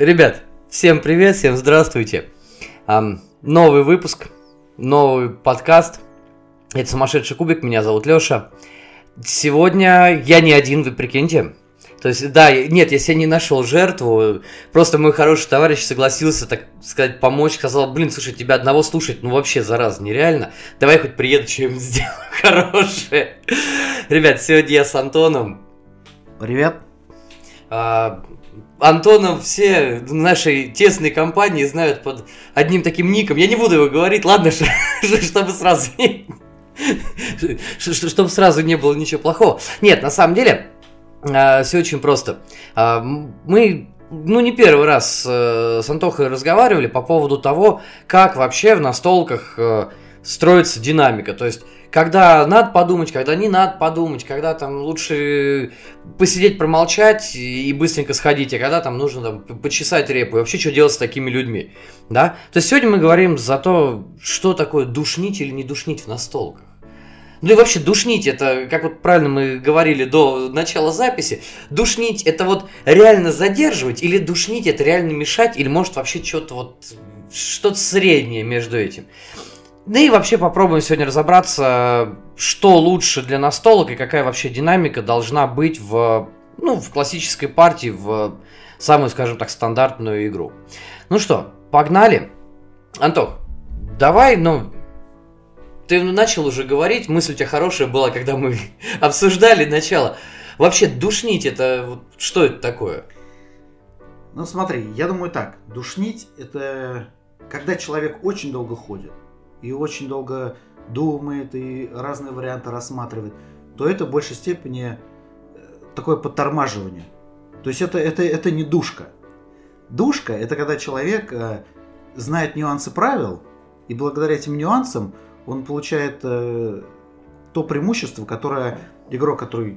Ребят, всем привет, всем здравствуйте. Новый выпуск, новый подкаст. Это «Сумасшедший кубик», меня зовут Лёша. Сегодня я не один, вы прикиньте. То есть, да, нет, я себе не нашел жертву. Просто мой хороший товарищ согласился, так сказать, помочь. Сказал, слушай, тебя одного слушать, вообще, зараза, нереально. Давай хоть приеду, что-нибудь сделаю хорошее. Ребят, сегодня я с Антоном. Привет. Антона все в нашей тесной компании знают под одним таким ником. Я не буду его говорить, ладно, чтобы сразу не было ничего плохого. Нет, на самом деле, все очень просто. Мы, не первый раз с Антохой разговаривали по поводу того, как вообще в настолках строится динамика. То есть, когда надо подумать, когда не надо подумать, когда там лучше посидеть, промолчать и быстренько сходить, а когда там нужно почесать репу, и вообще что делать с такими людьми, да? То есть сегодня мы говорим за то, что такое душнить или не душнить в настолках. Ну и вообще душнить, это, как вот правильно мы говорили до начала записи, душнить это вот реально задерживать, или душнить это реально мешать, или может вообще что-то среднее между этим. Да и вообще попробуем сегодня разобраться, что лучше для настолок и какая вообще динамика должна быть в классической партии, в самую, скажем так, стандартную игру. Ну что, погнали. Антох, давай, ты начал уже говорить, мысль у тебя хорошая была, когда мы обсуждали начало. Вообще, душнить это, что это такое? Смотри, я думаю так, душнить это когда человек очень долго ходит и очень долго думает и разные варианты рассматривает, то это в большей степени такое подтормаживание. То есть это не душка. Душка это когда человек знает нюансы правил, и благодаря этим нюансам он получает то преимущество, которое игрок, который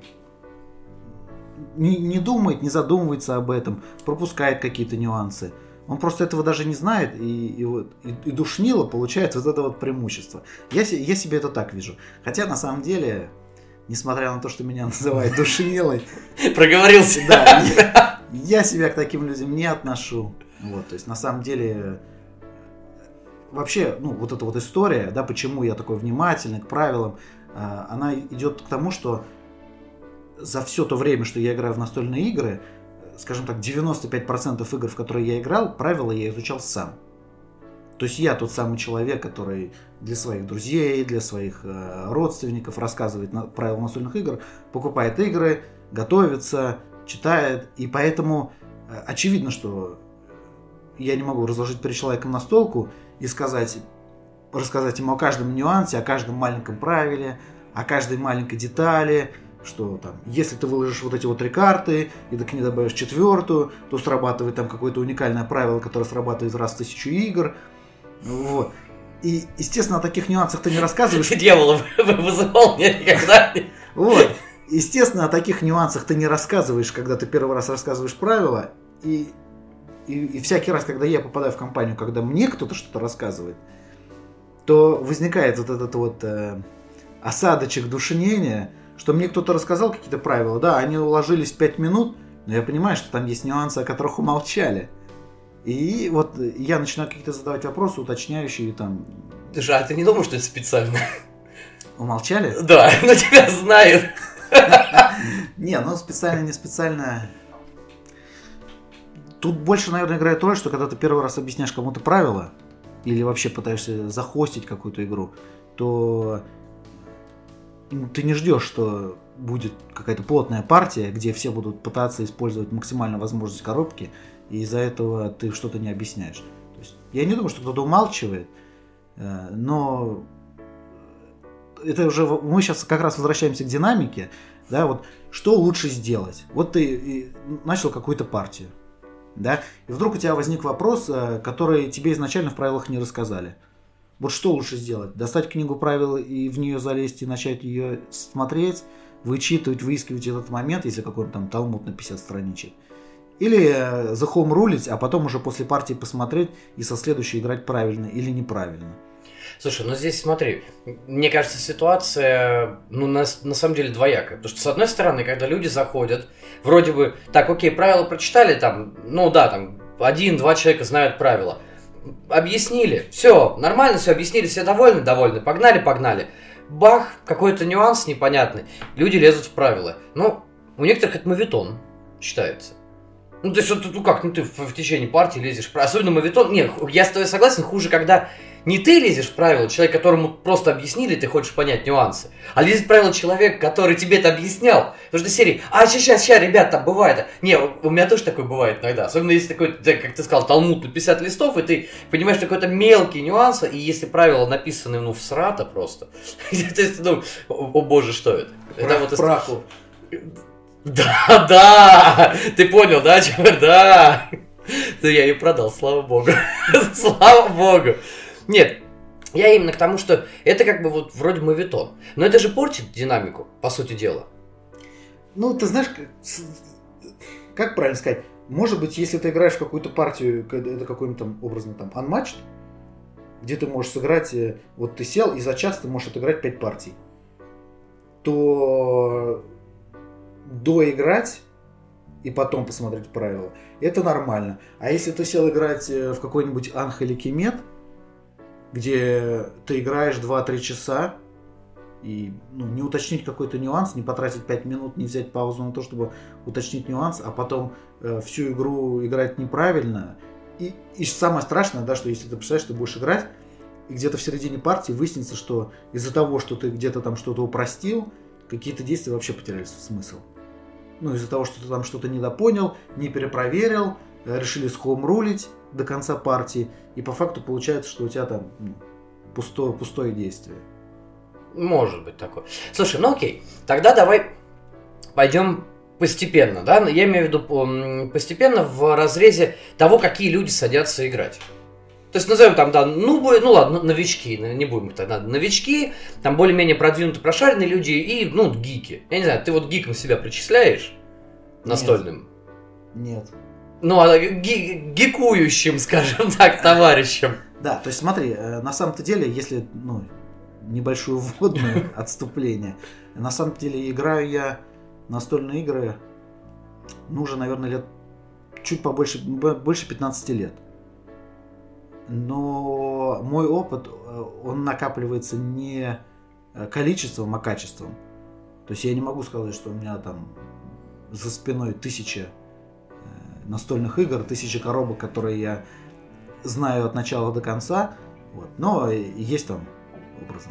не думает, не задумывается об этом, пропускает какие-то нюансы. Он просто этого даже не знает, и душнило получает вот это вот преимущество. Я себе это так вижу. Хотя на самом деле, несмотря на то, что меня называют душнилой, проговорился. Да, я себя к таким людям не отношу. То есть на самом деле вообще, вот эта вот история, да, почему я такой внимательный к правилам, она идет к тому, что за все то время, что я играю в настольные игры, скажем так, 95% игр, в которые я играл, правила я изучал сам. То есть я тот самый человек, который для своих друзей, для своих родственников рассказывает правила настольных игр, покупает игры, готовится, читает. И поэтому очевидно, что я не могу разложить перед человеком настолку и рассказать ему о каждом нюансе, о каждом маленьком правиле, о каждой маленькой детали, что там, если ты выложишь вот эти вот 3 карты, и ты к ней добавишь 4-ю, то срабатывает там какое-то уникальное правило, которое срабатывает раз в 1000 игр. И, естественно, о таких нюансах ты не рассказываешь. Дьявола вызывал меня никогда. Естественно, о таких нюансах ты не рассказываешь, когда ты первый раз рассказываешь правила. И всякий раз, когда я попадаю в компанию, когда мне кто-то что-то рассказывает, то возникает вот этот вот осадочек душнения, что мне кто-то рассказал какие-то правила, да, они уложились в 5 минут, но я понимаю, что там есть нюансы, о которых умолчали. И вот я начинаю какие-то задавать вопросы, уточняющие там. Слушай, а ты не думал, что это специально? Умолчали? Да, но тебя знают. Не, специально, не специально. Тут больше, наверное, играет роль, что когда ты первый раз объясняешь кому-то правила, или вообще пытаешься захостить какую-то игру, то ты не ждешь, что будет какая-то плотная партия, где все будут пытаться использовать максимальную возможность коробки, и из-за этого ты что-то не объясняешь. То есть, я не думаю, что кто-то умалчивает, но это уже мы сейчас как раз возвращаемся к динамике, да, что лучше сделать. Ты начал какую-то партию, да, и вдруг у тебя возник вопрос, который тебе изначально в правилах не рассказали. Что лучше сделать? Достать книгу правил и в нее залезть и начать ее смотреть, вычитывать, выискивать этот момент, если какой-то там талмуд на 50 страничек. Или захоумрулить, а потом уже после партии посмотреть и со следующей играть правильно или неправильно. Слушай, здесь смотри, мне кажется, ситуация, на самом деле двоякая. Потому что, с одной стороны, когда люди заходят, вроде бы, так, окей, правила прочитали, 1-2 человека знают правила. Объяснили, все, нормально, все объяснили, все довольны, погнали. Бах, какой-то нюанс непонятный, люди лезут в правила. Ну, у некоторых это моветон считается. Ну, то есть, ты в течение партии лезешь в правила, особенно моветон. Нет, я с тобой согласен, хуже, когда не ты лезешь в правила, человек, которому просто объяснили, ты хочешь понять нюансы, а лезет в правила человек, который тебе это объяснял. Потому что серии, сейчас, ребят, там бывает. Не, у меня тоже такое бывает иногда. Особенно если такой, как ты сказал, талмуд на 50 листов, и ты понимаешь, что какой-то мелкий нюанс, и если правила написаны, всрато просто. То есть, о боже, что это? Это вот праху. Да, ты понял, да, чувак, да. Да я ее продал, слава богу. Слава богу. Нет, я именно к тому, что это как бы вот вроде моветон. Но это же портит динамику, по сути дела. Ну, ты знаешь, как правильно сказать, может быть, если ты играешь в какую-то партию, это какой-нибудь там, образно, там, unmatched, где ты можешь сыграть, вот ты сел, и за час ты можешь отыграть 5 партий, то доиграть и потом посмотреть правила, это нормально. А если ты сел играть в какой-нибудь Анх или Кемет, где ты играешь 2-3 часа, и не уточнить какой-то нюанс, не потратить 5 минут, не взять паузу на то, чтобы уточнить нюанс, а потом всю игру играть неправильно. И самое страшное, да, что если ты представляешь, ты будешь играть, и где-то в середине партии выяснится, что из-за того, что ты где-то там что-то упростил, какие-то действия вообще потеряли смысл. Из-за того, что ты там что-то недопонял, не перепроверил, решили схоумрулить до конца партии, и по факту получается, что у тебя там пустое действие. Может быть такое. Слушай, окей, тогда давай пойдем постепенно, да? Я имею в виду постепенно в разрезе того, какие люди садятся играть. То есть назовем там, да, ладно, новички, не будем их тогда, новички, там более-менее продвинутые, прошаренные люди и, гики. Я не знаю, ты вот гиком себя причисляешь? Настольным? Нет. Гикующим, скажем так, товарищам. Да, то есть смотри, на самом-то деле, если, небольшое вводное отступление, на самом деле играю я настольные игры, уже, наверное, лет чуть больше 15 лет. Но мой опыт, он накапливается не количеством, а качеством. То есть я не могу сказать, что у меня там за спиной 1000 настольных игр, 1000 коробок, которые я знаю от начала до конца. Вот. Но есть там, образно,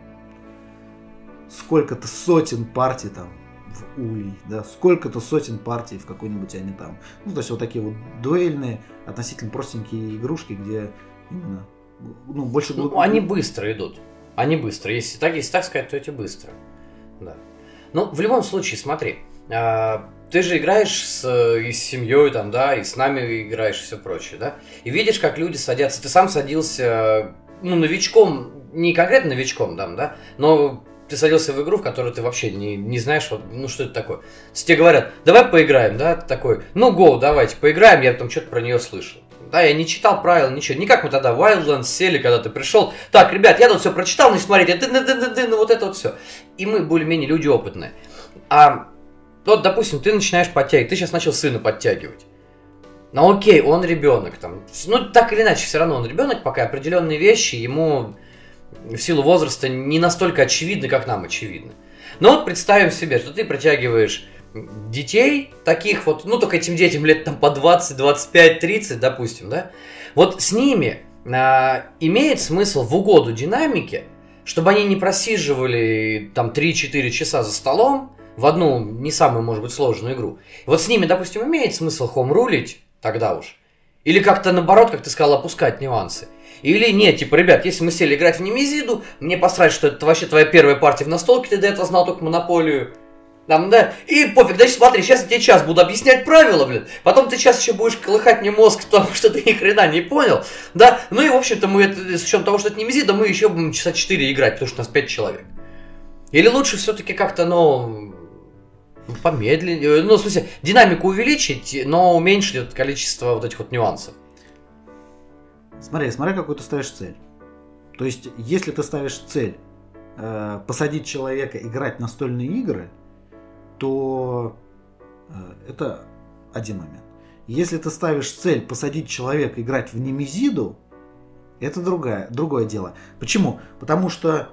сколько-то сотен партий там в Улей, да, сколько-то сотен партий в какой-нибудь они там. То есть вот такие вот дуэльные, относительно простенькие игрушки, где именно, больше... они быстро идут. Они быстро. Если так сказать, то эти быстро. Да. В любом случае, смотри, ты же играешь и с семьей, там, да, и с нами играешь, и все прочее, да, и видишь, как люди садятся. Ты сам садился, новичком, не конкретно новичком, да, но ты садился в игру, в которую ты вообще не знаешь, что это такое. Тебе говорят, давай поиграем, да, ты такой, давайте поиграем, я там что-то про нее слышал. Да, я не читал правила, ничего. Не как мы тогда в Wildlands сели, когда ты пришел. Так, ребят, я тут все прочитал, смотрите, вот это вот все. И мы более-менее люди опытные. А вот, допустим, ты начинаешь подтягивать, ты сейчас начал сына подтягивать. Окей, он ребенок там. Так или иначе, все равно он ребенок, пока определенные вещи ему в силу возраста не настолько очевидны, как нам очевидны. Но вот представим себе, что ты протягиваешь детей, таких вот, только этим детям лет там по 20, 25, 30, допустим, да, вот с ними имеет смысл в угоду динамике, чтобы они не просиживали там 3-4 часа за столом в одну не самую, может быть, сложную игру. Вот с ними, допустим, имеет смысл хоум-рулить тогда уж, или как-то наоборот, как ты сказал, опускать нюансы. Или нет, ребят, если мы сели играть в Немезиду, мне посрать, что это вообще твоя первая партия в настолке, ты до этого знал только Монополию. Там, да, и пофиг, значит, смотри, сейчас я тебе час буду объяснять правила, потом ты сейчас еще будешь колыхать мне мозг, потому что ты ни хрена не понял, да, и, в общем-то, мы, с учетом того, что это не Немезида, мы еще будем часа 4 играть, потому что у нас 5 человек. Или лучше все-таки как-то, помедленнее, в смысле, динамику увеличить, но уменьшить количество вот этих вот нюансов. Смотри, какую ты ставишь цель. То есть, если ты ставишь цель посадить человека играть в настольные игры, то это один момент. Если ты ставишь цель посадить человека играть в Немезиду, это другое дело. Почему? Потому что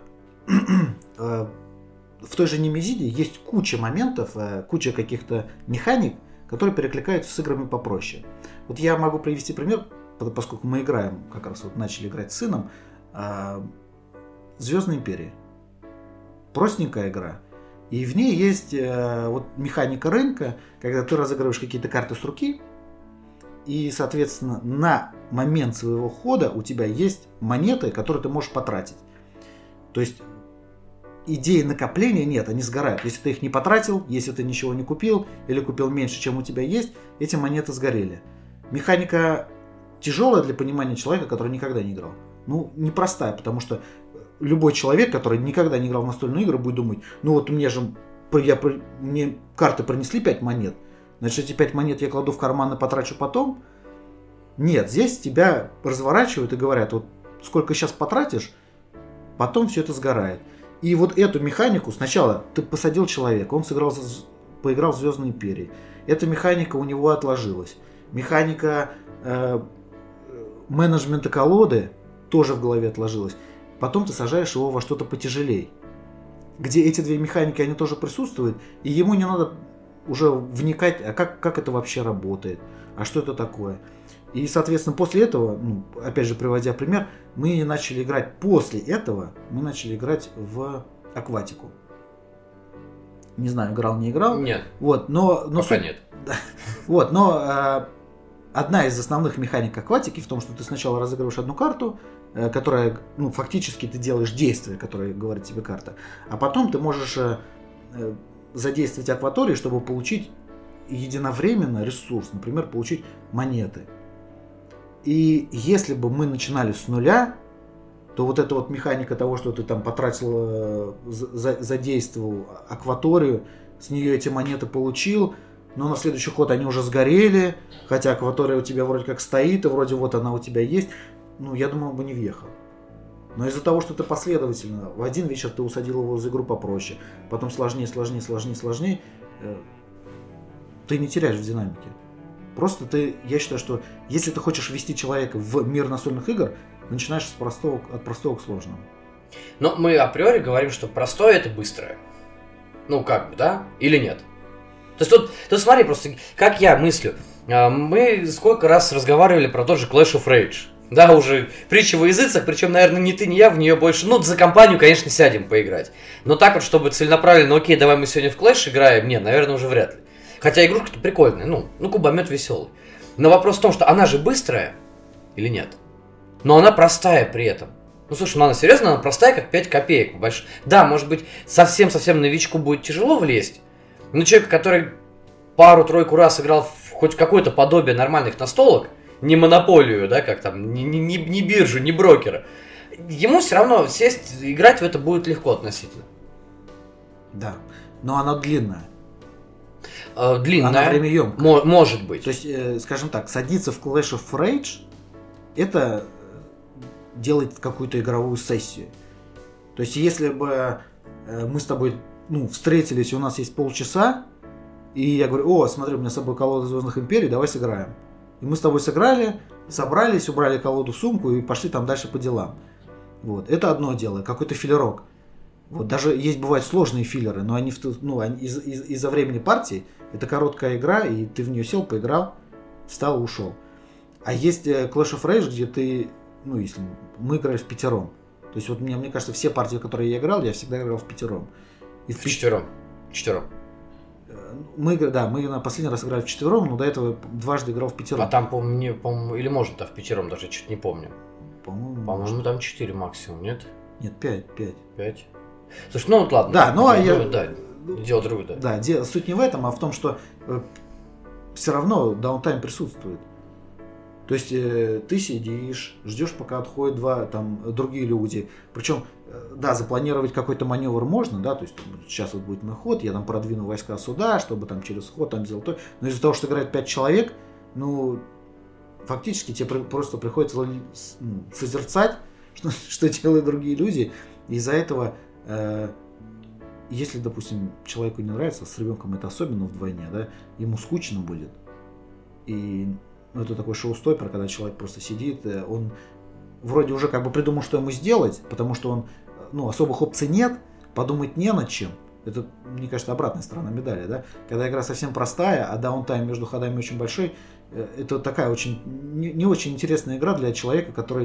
в той же Немезиде есть куча моментов, куча каких-то механик, которые перекликаются с играми попроще. Вот я могу привести пример, поскольку мы играем, как раз вот начали играть с сыном, «Звездная империя». Простенькая игра. И в ней есть вот механика рынка, когда ты разыгрываешь какие-то карты с руки, и, соответственно, на момент своего хода у тебя есть монеты, которые ты можешь потратить. То есть идеи накопления нет, они сгорают. Если ты их не потратил, если ты ничего не купил или купил меньше, чем у тебя есть, эти монеты сгорели. Механика тяжелая для понимания человека, который никогда не играл. Ну, непростая, потому что любой человек, который никогда не играл в настольные игры, будет думать, ну вот мне карты принесли 5 монет, значит эти 5 монет я кладу в карман и потрачу потом. Нет, здесь тебя разворачивают и говорят, вот сколько сейчас потратишь, потом все это сгорает. И вот эту механику сначала ты посадил человека, он поиграл в «Звездной империи». Эта механика у него отложилась. Механика менеджмента колоды тоже в голове отложилась. Потом ты сажаешь его во что-то потяжелее, где эти две механики, они тоже присутствуют, и ему не надо уже вникать, а как это вообще работает, а что это такое. И, соответственно, после этого, опять же, приводя пример, мы начали играть в акватику. Не знаю, играл, не играл. Нет. Вот, но пока нет. Вот, но одна из основных механик акватики в том, что ты сначала разыгрываешь одну карту, которая, фактически ты делаешь действие, которое говорит тебе карта, а потом ты можешь задействовать акваторию, чтобы получить единовременно ресурс, например, получить монеты. И если бы мы начинали с нуля, то вот эта вот механика того, что ты там потратил, задействовал акваторию, с нее эти монеты получил, но на следующий ход они уже сгорели, хотя акватория у тебя вроде как стоит, и вроде вот она у тебя есть, я думаю, он бы не въехал. Но из-за того, что ты последовательно, в один вечер ты усадил его за игру попроще, потом сложнее, ты не теряешь в динамике. Просто я считаю, что если ты хочешь ввести человека в мир настольных игр, начинаешь от простого к сложному. Но мы априори говорим, что простое это быстрое. Да? Или нет? То есть тут смотри просто, как я мыслю. Мы сколько раз разговаривали про тот же Clash of Rage. Да, уже притча во языцах, причем, наверное, ни ты, ни я в нее больше... за компанию, конечно, сядем поиграть. Но так вот, чтобы целенаправленно, окей, давай мы сегодня в Clash играем, нет, наверное, уже вряд ли. Хотя игрушка-то прикольная, кубомет веселый. Но вопрос в том, что она же быстрая или нет? Но она простая при этом. Слушай, она серьезно, она простая, как 5 копеек. Да, может быть, совсем-совсем новичку будет тяжело влезть, но человек, который пару-тройку раз играл в хоть какое-то подобие нормальных настолок, не монополию, да, как там, не биржу, не брокера, ему все равно сесть, играть в это будет легко относительно. Да, но она длинная. Длинная. Она времяемкая. Может быть. То есть, скажем так, садиться в Clash of Rage, это делать какую-то игровую сессию. То есть, если бы мы с тобой встретились, и у нас есть полчаса, и я говорю, смотри, у меня с собой колода Звездных Империй, давай сыграем. И мы с тобой сыграли, собрались, убрали колоду в сумку и пошли там дальше по делам. Вот. Это одно дело, какой-то филлерок. Вот. Даже бывают сложные филлеры, но они из-за времени партии, это короткая игра, и ты в нее сел, поиграл, встал и ушел. А есть Clash of Rage, где ты, если мы играем в пятером. То есть вот мне кажется, все партии, в которые я играл, я всегда играл в пятером. Четвером. Мы на последний раз играли вчетвером, но до этого дважды играл в пятером. А там, по-моему, или может в пятером, даже чуть не помню. По-моему, там 4 максимум, нет? Нет, 5. 5? Слушай, ладно. Да, дело другое, да. Да, суть не в этом, а в том, что все равно даунтайм присутствует. То есть ты сидишь, ждешь, пока отходят другие люди. Причем, запланировать какой-то маневр можно, да, то есть сейчас вот будет мой ход, я продвину войска сюда, чтобы через ход сделать то. Но из-за того, что играет 5 человек, фактически тебе просто приходится созерцать, что делают другие люди. И из-за этого, если, допустим, человеку не нравится, с ребенком это особенно вдвойне, да, ему скучно будет. И это такой шоу-стоппер, когда человек просто сидит, он вроде уже как бы придумал, что ему сделать, потому что он, особых опций нет, подумать не над чем. Это, мне кажется, обратная сторона медали, да? Когда игра совсем простая, а даунтайм между ходами очень большой, это такая очень не очень интересная игра для человека, который,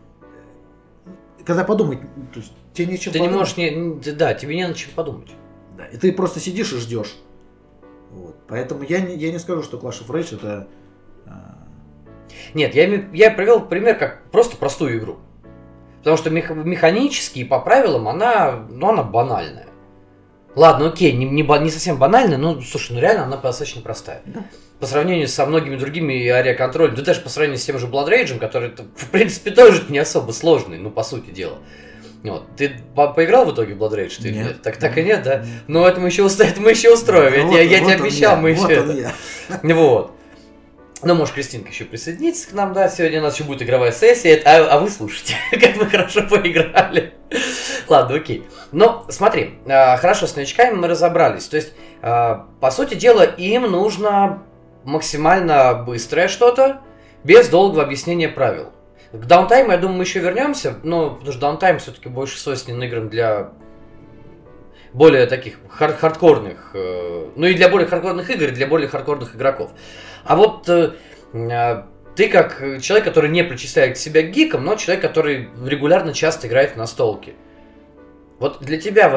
когда подумать, то есть тебе нечем ты подумать. Не можешь, да, тебе не над чем подумать. Да, и ты просто сидишь и ждешь. Вот. Поэтому я не скажу, что Clash of Rage это... Нет, я привел пример как просто простую игру. Потому что механически и по правилам она банальная. Ладно, окей, не совсем банальная, но, слушай, реально она достаточно простая. Да. По сравнению со многими другими ариаконтролем, да даже по сравнению с тем же Blood Rage, который, в принципе, тоже не особо сложный, по сути дела. Вот. Ты поиграл в итоге в Blood Rage? Ты нет. Так и нет, да? Ну, это мы еще устроим. Я тебе обещал, мы еще это... Вот. Ну, может, Кристинка еще присоединится к нам, да, сегодня у нас еще будет игровая сессия, а вы слушайте, как мы хорошо поиграли. Ладно, окей. Но, смотри, хорошо, с новичками мы разобрались, то есть, по сути дела, им нужно максимально быстрое что-то, без долгого объяснения правил. К даунтайму, я думаю, мы еще вернемся, потому что даунтайм все-таки больше свойственен играм для более таких хардкорных, и для более хардкорных игр, и для более хардкорных игроков. А вот ты как человек, который не причисляет себя к гикам, но человек, который регулярно часто играет в настолки. Вот для тебя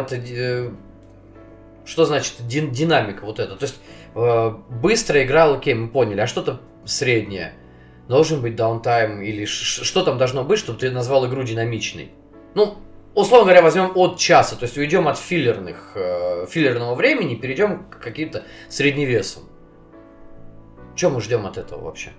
что значит динамика вот эта? То есть быстрая игра, окей, мы поняли, а что-то среднее? Должен быть даунтайм или что там должно быть, чтобы ты назвал игру динамичной? Условно говоря, возьмем от часа, то есть уйдем от филлерного времени, перейдем к каким-то средневесам. Чего мы ждем от этого вообще?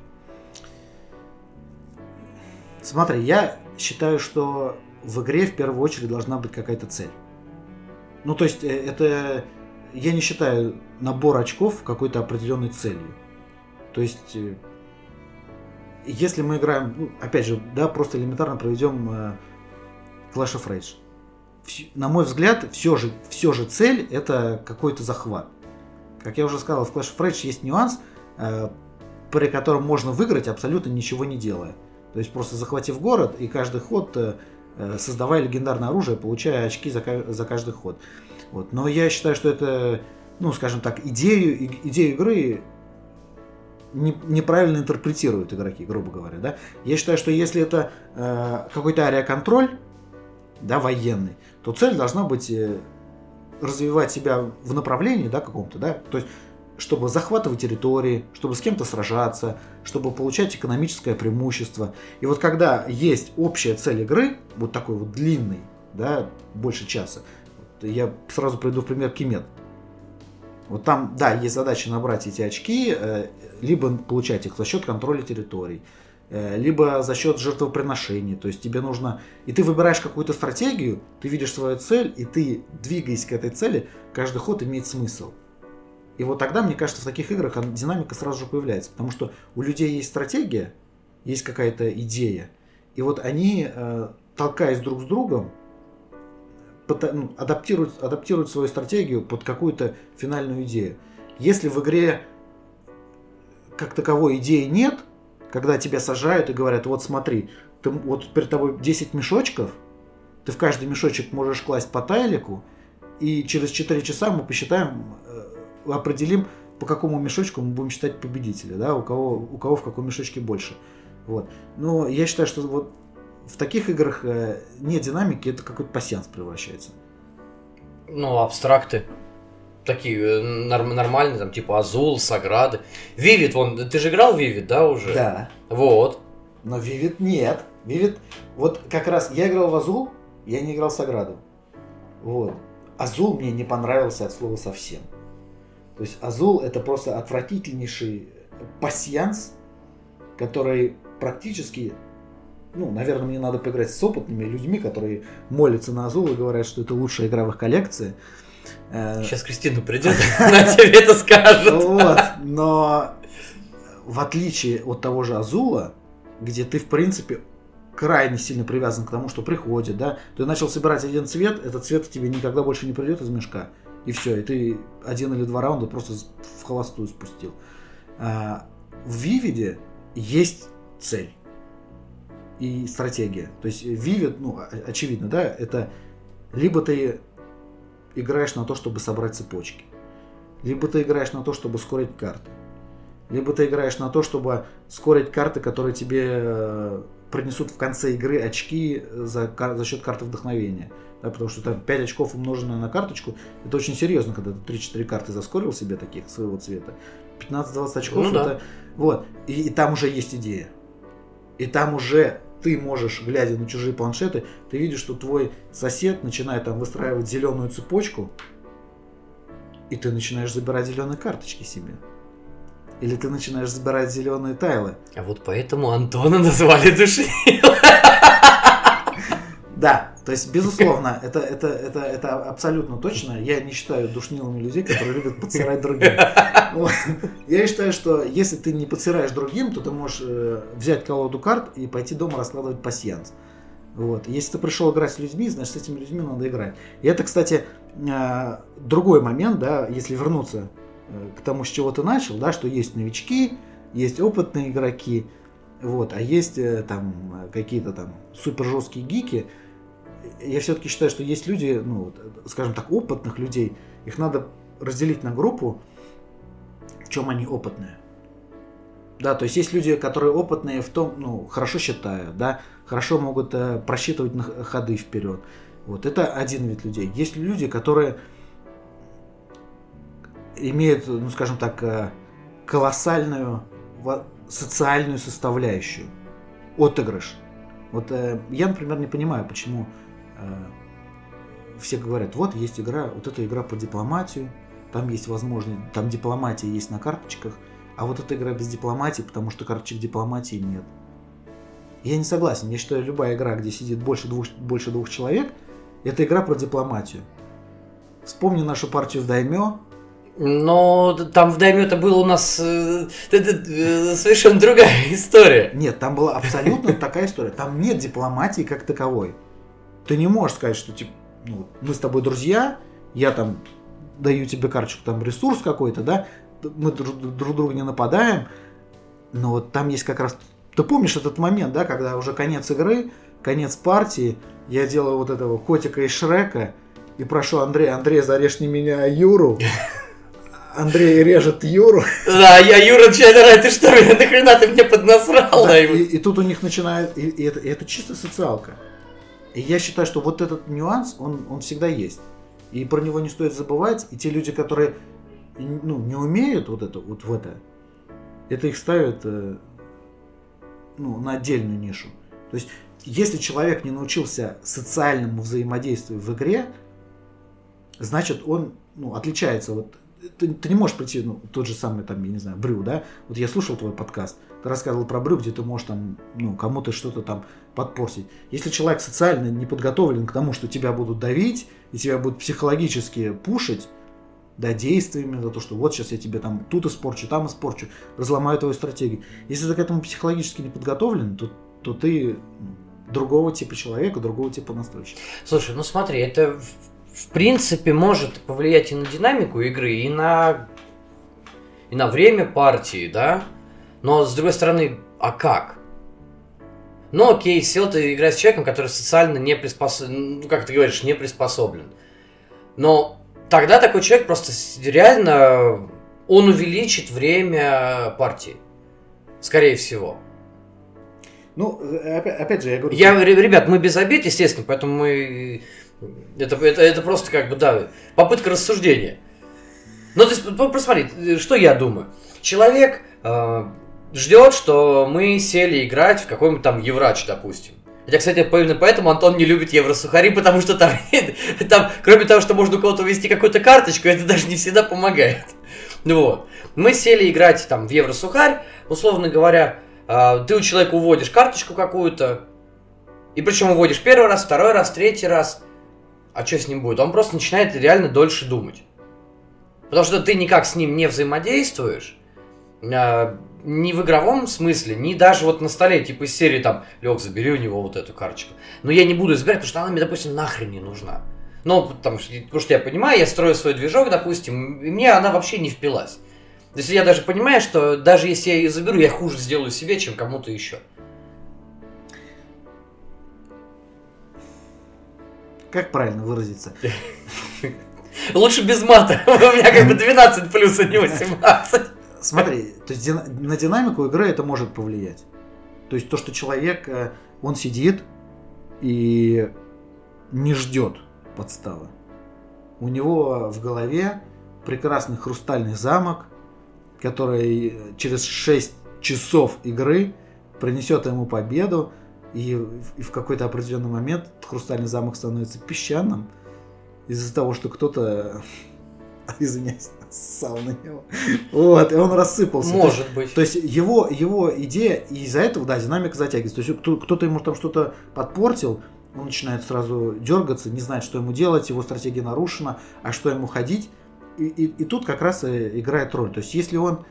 Смотри, я считаю, что в игре в первую очередь должна быть какая-то цель. То есть это, я не считаю набор очков какой-то определенной целью. То есть, если мы играем, опять же, да, просто элементарно проведем Clash of Rage. На мой взгляд, все же цель это какой-то захват. Как я уже сказал, в Clash of Rage есть нюанс, при котором можно выиграть абсолютно ничего не делая. То есть просто захватив город и каждый ход создавая легендарное оружие, получая очки за каждый ход. Вот. Но я считаю, что это, скажем так, идею игры неправильно интерпретируют игроки, грубо говоря. Да? Я считаю, что если это какой-то ариаконтроль, да, военный, то цель должна быть развивать себя в направлении, да, каком-то, да, то есть чтобы захватывать территории, чтобы с кем-то сражаться, чтобы получать экономическое преимущество. И вот когда есть общая цель игры, вот такой вот длинный, да, больше часа, я сразу приведу в пример Кимет. Вот там, да, есть задача набрать эти очки, либо получать их за счет контроля территорий, либо за счет жертвоприношений. То есть тебе нужно... И ты выбираешь какую-то стратегию, ты видишь свою цель, и ты, двигаясь к этой цели, каждый ход имеет смысл. И вот тогда, мне кажется, в таких играх динамика сразу же появляется. Потому что у людей есть стратегия, есть какая-то идея. И вот они, толкаясь друг с другом, адаптируют свою стратегию под какую-то финальную идею. Если в игре как таковой идеи нет, когда тебя сажают и говорят, вот смотри, вот перед тобой 10 мешочков, ты в каждый мешочек можешь класть по тайлику, и через 4 часа мы посчитаем, определим, по какому мешочку мы будем считать победителя, да, у кого в каком мешочке больше. Вот. Но я считаю, что вот в таких играх нет динамики, это какой-то пасьянс превращается. Абстракты. Такие нормальные, там, типа Азул, Саграды. Вивид, ты же играл в Вивид, да, уже? Да. Вот. Но Вивид нет. Вивид, вот как раз я играл в Азул, я не играл в Саграду. Вот. Азул мне не понравился от слова совсем. То есть Азул это просто отвратительнейший пасьянс, который практически, наверное, мне надо поиграть с опытными людьми, которые молятся на Азул и говорят, что это лучшая игра в их коллекции. Сейчас Кристина придет, она тебе это скажет. Вот, но в отличие от того же Азула, где ты, в принципе, крайне сильно привязан к тому, что приходит, да, ты начал собирать один цвет, этот цвет тебе никогда больше не придет из мешка, и все, и ты 1 или 2 раунда просто в холостую спустил. в Vivid есть цель и стратегия. То есть Vivid, ну, очевидно, да, это либо ты играешь на то, чтобы собрать цепочки, либо ты играешь на то, чтобы скорить карты, либо ты играешь на то, чтобы скорить карты, которые тебе принесут в конце игры очки за счет карты вдохновения. Да, потому что там 5 очков умноженное на карточку, это очень серьезно, когда ты 3-4 карты заскорил себе таких своего цвета. 15-20 очков, ну, это... Да. Вот. И там уже есть идея. И там уже ты можешь, глядя на чужие планшеты, ты видишь, что твой сосед начинает там выстраивать зеленую цепочку, и ты начинаешь забирать зеленые карточки себе. Или ты начинаешь забирать зеленые тайлы. А вот поэтому Антона назвали душнилом. Да, то есть, безусловно, это абсолютно точно. Я не считаю душнилами людей, которые любят подсирать другим. Я считаю, что если ты не подсираешь другим, то ты можешь взять колоду карт и пойти дома раскладывать пасьянс. Вот. Если ты пришел играть с людьми, значит, с этими людьми надо играть. И это, кстати, другой момент, да, если вернуться к тому, с чего ты начал, да, что есть новички, есть опытные игроки, вот, а есть там какие-то там супер жесткие гики. Я все-таки считаю, что есть люди, ну, скажем так, опытных людей, их надо разделить на группу, в чем они опытные. Да, то есть есть люди, которые опытные в том, ну, хорошо считают, да, хорошо могут просчитывать ходы вперед. Вот, это один вид людей. Есть люди, которые имеют, ну, скажем так, колоссальную социальную составляющую, отыгрыш. Вот я, например, не понимаю, почему все говорят, вот есть игра, вот эта игра про дипломатию, там есть возможность, там дипломатия есть на карточках, а вот эта игра без дипломатии, потому что карточек дипломатии нет. Я не согласен, я считаю, любая игра, где сидит больше двух человек, это игра про дипломатию. Вспомни нашу партию в Даймё. Но там в Даймё-то было у нас совершенно другая история. Нет, там была абсолютно такая история. Там нет дипломатии как таковой. Ты не можешь сказать, что типа, ну, мы с тобой друзья, я там даю тебе карточку, там ресурс какой-то, да, мы друг друга не нападаем, но вот там есть как раз... Ты помнишь этот момент, да, когда уже конец игры, конец партии, я делаю вот этого котика из Шрека и прошу Андрея, зарежь не меня, а Юру. Андрей режет Юру. Да, я Юра начинает орать, ты что, нахрена ты мне поднасрал? Да, и тут у них начинает, и это чисто социалка. И я считаю, что вот этот нюанс, он всегда есть. И про него не стоит забывать. И те люди, которые, ну, не умеют вот в это их ставят, ну, на отдельную нишу. То есть, если человек не научился социальному взаимодействию в игре, значит, он, ну, отличается. Вот ты не можешь прийти, ну, тот же самый, там, я не знаю, Брю, да? Вот я слушал твой подкаст, ты рассказывал про Брю, где ты можешь там, ну, кому-то что-то там подпортить. Если человек социально не подготовлен к тому, что тебя будут давить, и тебя будут психологически пушить, да, действиями, за то, что вот сейчас я тебе там тут испорчу, там испорчу, разломаю твою стратегию. Если ты к этому психологически не подготовлен, то ты другого типа человека, другого типа настройщика. Слушай, ну смотри, это в принципе может повлиять и на динамику игры, и на время партии, да? Но с другой стороны, а как? Ну окей, сел ты играть с человеком, который социально не приспособлен, ну как ты говоришь, не приспособлен. Но тогда такой человек просто реально, он увеличит время партии. Скорее всего. Ну, опять же, я говорю... Ребят, мы без обид, естественно, поэтому мы... Это просто как бы, да, попытка рассуждения. Ну, то есть, посмотри, что я думаю. Человек ждет, что мы сели играть в какой-нибудь там Еврач, допустим. Хотя, кстати, именно поэтому Антон не любит евросухари, потому что там, кроме того, что можно у кого-то увести какую-то карточку, это даже не всегда помогает. Вот. Мы сели играть там в евросухарь, условно говоря, ты у человека уводишь карточку какую-то, и причем уводишь первый раз, второй раз, третий раз. А что с ним будет? Он просто начинает реально дольше думать. Потому что ты никак с ним не взаимодействуешь, ни в игровом смысле, ни даже вот на столе, типа из серии там, Лёг, забери у него вот эту карточку. Но я не буду избирать, потому что она мне, допустим, нахрен не нужна. Ну, потому что я понимаю, я строю свой движок, допустим, и мне она вообще не впилась. То есть я даже понимаю, что даже если я ее заберу, я хуже сделаю себе, чем кому-то еще. Как правильно выразиться? Лучше без мата. У меня как бы 12 плюс, а не 18. Смотри, то есть на динамику игры это может повлиять. То есть то, что человек, он сидит и не ждет подставы. У него в голове прекрасный хрустальный замок, который через 6 часов игры принесет ему победу, и в какой-то определенный момент хрустальный замок становится песчаным из-за того, что кто-то, извиняюсь, ссал на него. Вот, и он рассыпался. Может быть. То есть его идея, и из-за этого, да, динамика затягивается. То есть кто-то ему там что-то подпортил, он начинает сразу дергаться, не знает, что ему делать, его стратегия нарушена, а что ему ходить. И тут как раз и играет роль. То есть если он...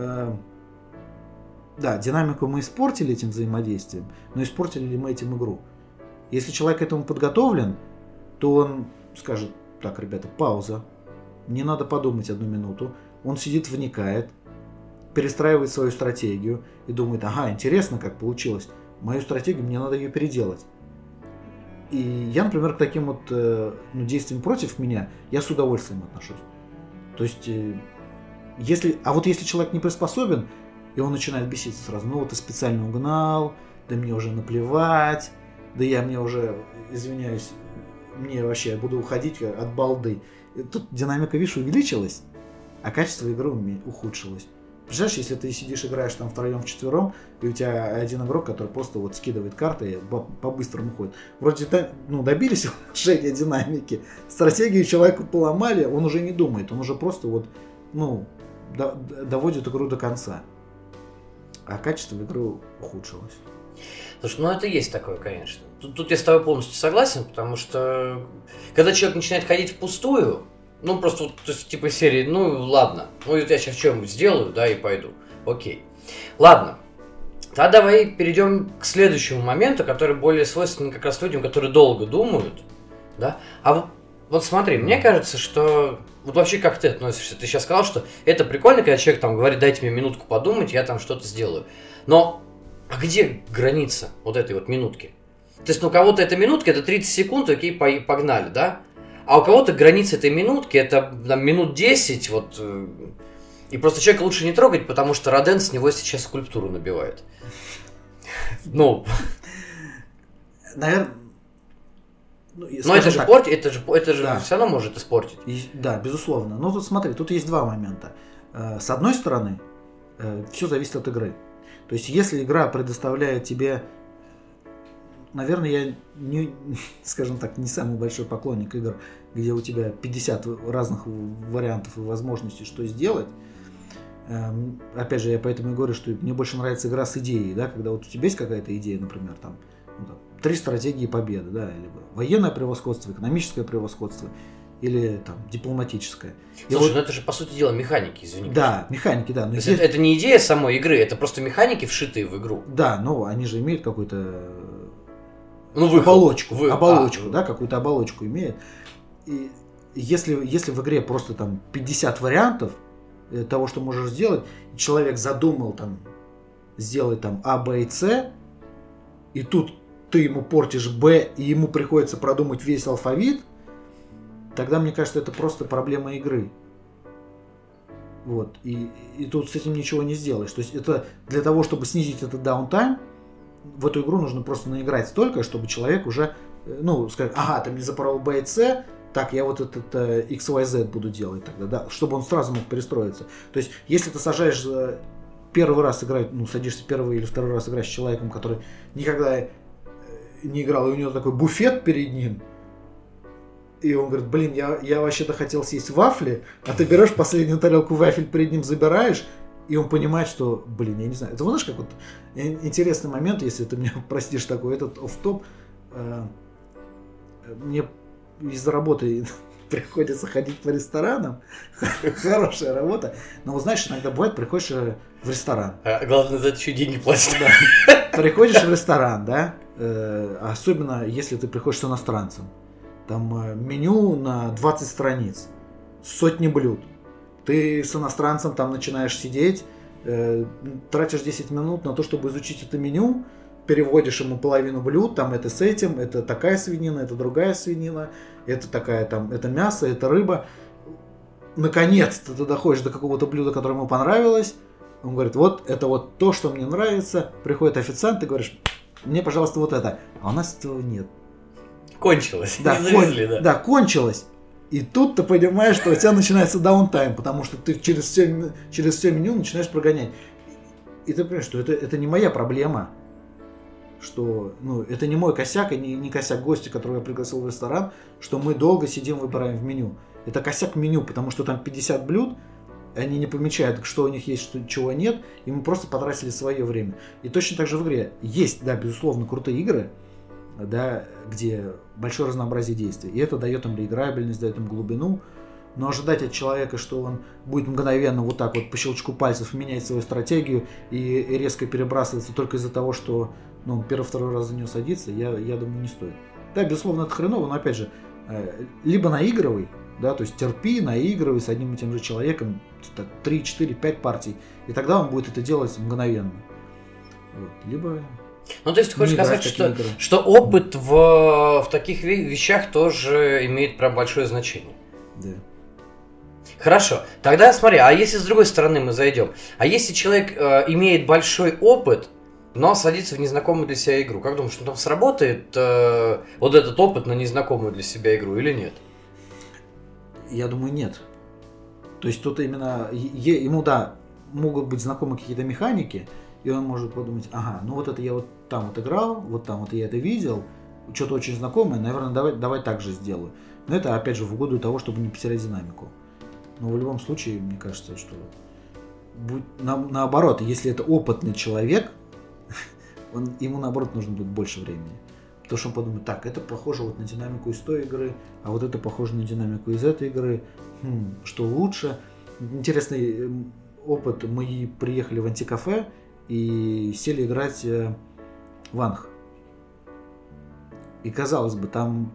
Да, динамику мы испортили этим взаимодействием, но испортили ли мы этим игру? Если человек к этому подготовлен, то он скажет: так, ребята, пауза, не надо подумать 1 минуту. Он сидит, вникает, перестраивает свою стратегию и думает: ага, интересно, как получилось. Мою стратегию, мне надо ее переделать. И я, например, к таким вот действиям против меня, я с удовольствием отношусь. То есть, если человек не приспособен, и он начинает беситься сразу: ну вот ты специально угнал, да мне уже наплевать, да мне уже, извиняюсь, мне вообще, я буду уходить от балды. И тут динамика, видишь, увеличилась, а качество игры ухудшилось. Представляешь, если ты сидишь, играешь там втроем-вчетвером, и у тебя один игрок, который просто вот скидывает карты и по-быстрому ходит. Вроде добились улучшения динамики, стратегию человеку поломали, он уже не думает, он уже просто доводит игру до конца. А качество игры ухудшилось. Слушай, это есть такое, конечно. Тут я с тобой полностью согласен, потому что когда человек начинает ходить впустую, просто вот, то есть, типа серии, ладно, я сейчас что-нибудь сделаю, да, и пойду. Окей. Ладно. Тогда давай перейдем к следующему моменту, который более свойственен как раз людям, которые долго думают, да. А вот смотри, мне кажется, что... Вот вообще как ты относишься? Ты сейчас сказал, что это прикольно, когда человек там говорит: дайте мне минутку подумать, я там что-то сделаю. Но а где граница вот этой вот минутки? То есть, у кого-то эта минутка, это 30 секунд, окей, погнали, да? А у кого-то граница этой минутки, это там, минут 10, вот. И просто человека лучше не трогать, потому что Роден с него сейчас скульптуру набивает. Наверное... Но это же портит, это же да. Все равно может испортить. Да, безусловно. Но тут смотри, тут есть 2 момента. С одной стороны, все зависит от игры. То есть, если игра предоставляет тебе... Наверное, я скажем так, не самый большой поклонник игр, где у тебя 50 разных вариантов и возможностей, что сделать. Опять же, я поэтому и говорю, что мне больше нравится игра с идеей, да, когда вот у тебя есть какая-то идея, например, там 3 стратегии победы, да, либо военное превосходство, экономическое превосходство, или там дипломатическое. Слушай, это же по сути дела механики, извини. Да, механики, да. Но это не идея самой игры, это просто механики, вшитые в игру. Да, но они же имеют какую-то оболочку, да, какую-то оболочку имеют. И если в игре просто там 50 вариантов того, что можешь сделать, человек задумал там сделать там А, Б и С, и тут ты ему портишь Б, и ему приходится продумать весь алфавит, тогда, мне кажется, это просто проблема игры. Вот. И тут с этим ничего не сделаешь. То есть это для того, чтобы снизить этот даунтайм, в эту игру нужно просто наиграть столько, чтобы человек уже, сказать: ага, ты мне запорол Б и С, так, я вот этот XYZ буду делать тогда, да, чтобы он сразу мог перестроиться. То есть, если ты сажаешь первый раз играть, садишься первый или второй раз играть с человеком, который никогда не играл, и у него такой буфет перед ним, и он говорит: блин, я вообще-то хотел съесть вафли, а ты берешь последнюю тарелку вафель, перед ним забираешь, и он понимает, что, блин, я не знаю. Это, знаешь, как вот интересный момент, если ты мне простишь такой, этот офф-топ, мне из-за работы приходится ходить по ресторанам, хорошая работа, но, знаешь, иногда бывает, приходишь в ресторан. Главное, за это еще деньги платят. Приходишь в ресторан, да, особенно если ты приходишь с иностранцем. Там меню на 20 страниц, сотни блюд. Ты с иностранцем там начинаешь сидеть, тратишь 10 минут на то, чтобы изучить это меню, переводишь ему половину блюд, там это с этим, это такая свинина, это другая свинина, это такая там, это мясо, это рыба. Наконец-то ты доходишь до какого-то блюда, которое ему понравилось. Он говорит, вот это вот то, что мне нравится. Приходит официант, ты говоришь, мне, пожалуйста, вот это. А у нас этого нет. Кончилось. Да, да, кончилось. И тут ты понимаешь, что у тебя начинается даунтайм, потому что ты через все меню начинаешь прогонять. И ты понимаешь, что это не моя проблема. Что, это не мой косяк, и не косяк гостя, которого я пригласил в ресторан, что мы долго сидим, выбираем в меню. Это косяк меню, потому что там 50 блюд, они не помечают, что у них есть, что, чего нет, и мы просто потратили свое время. И точно так же в игре есть, да, безусловно, крутые игры, да, где большое разнообразие действий. И это дает им реиграбельность, дает им глубину. Но ожидать от человека, что он будет мгновенно вот так вот по щелчку пальцев менять свою стратегию и резко перебрасываться только из-за того, что он первый-второй раз за нее садится, я думаю, не стоит. Да, безусловно, это хреново, но опять же, либо наигрывай, да, то есть терпи, наигрывай с одним и тем же человеком 3, 4, 5 партий, и тогда он будет это делать мгновенно. Вот. Либо... Ну, то есть ты хочешь сказать, что опыт в таких вещах тоже имеет прям большое значение? Да. Хорошо, тогда смотри, а если с другой стороны мы зайдем? А если человек имеет большой опыт, но садится в незнакомую для себя игру, как думаешь, там сработает вот этот опыт на незнакомую для себя игру или нет? Я думаю, нет. То есть тут именно ему, да, могут быть знакомы какие-то механики, и он может подумать, ага, ну вот это я вот там вот играл, вот там вот я это видел, что-то очень знакомое, наверное, давай так же сделаю. Но это, опять же, в угоду того, чтобы не потерять динамику. Но в любом случае, мне кажется, что наоборот, если это опытный человек, ему наоборот нужно будет больше времени. Потому что он подумает, так, это похоже вот на динамику из той игры, а вот это похоже на динамику из этой игры. Что лучше? Интересный опыт. Мы приехали в антикафе и сели играть в Анх. И казалось бы, там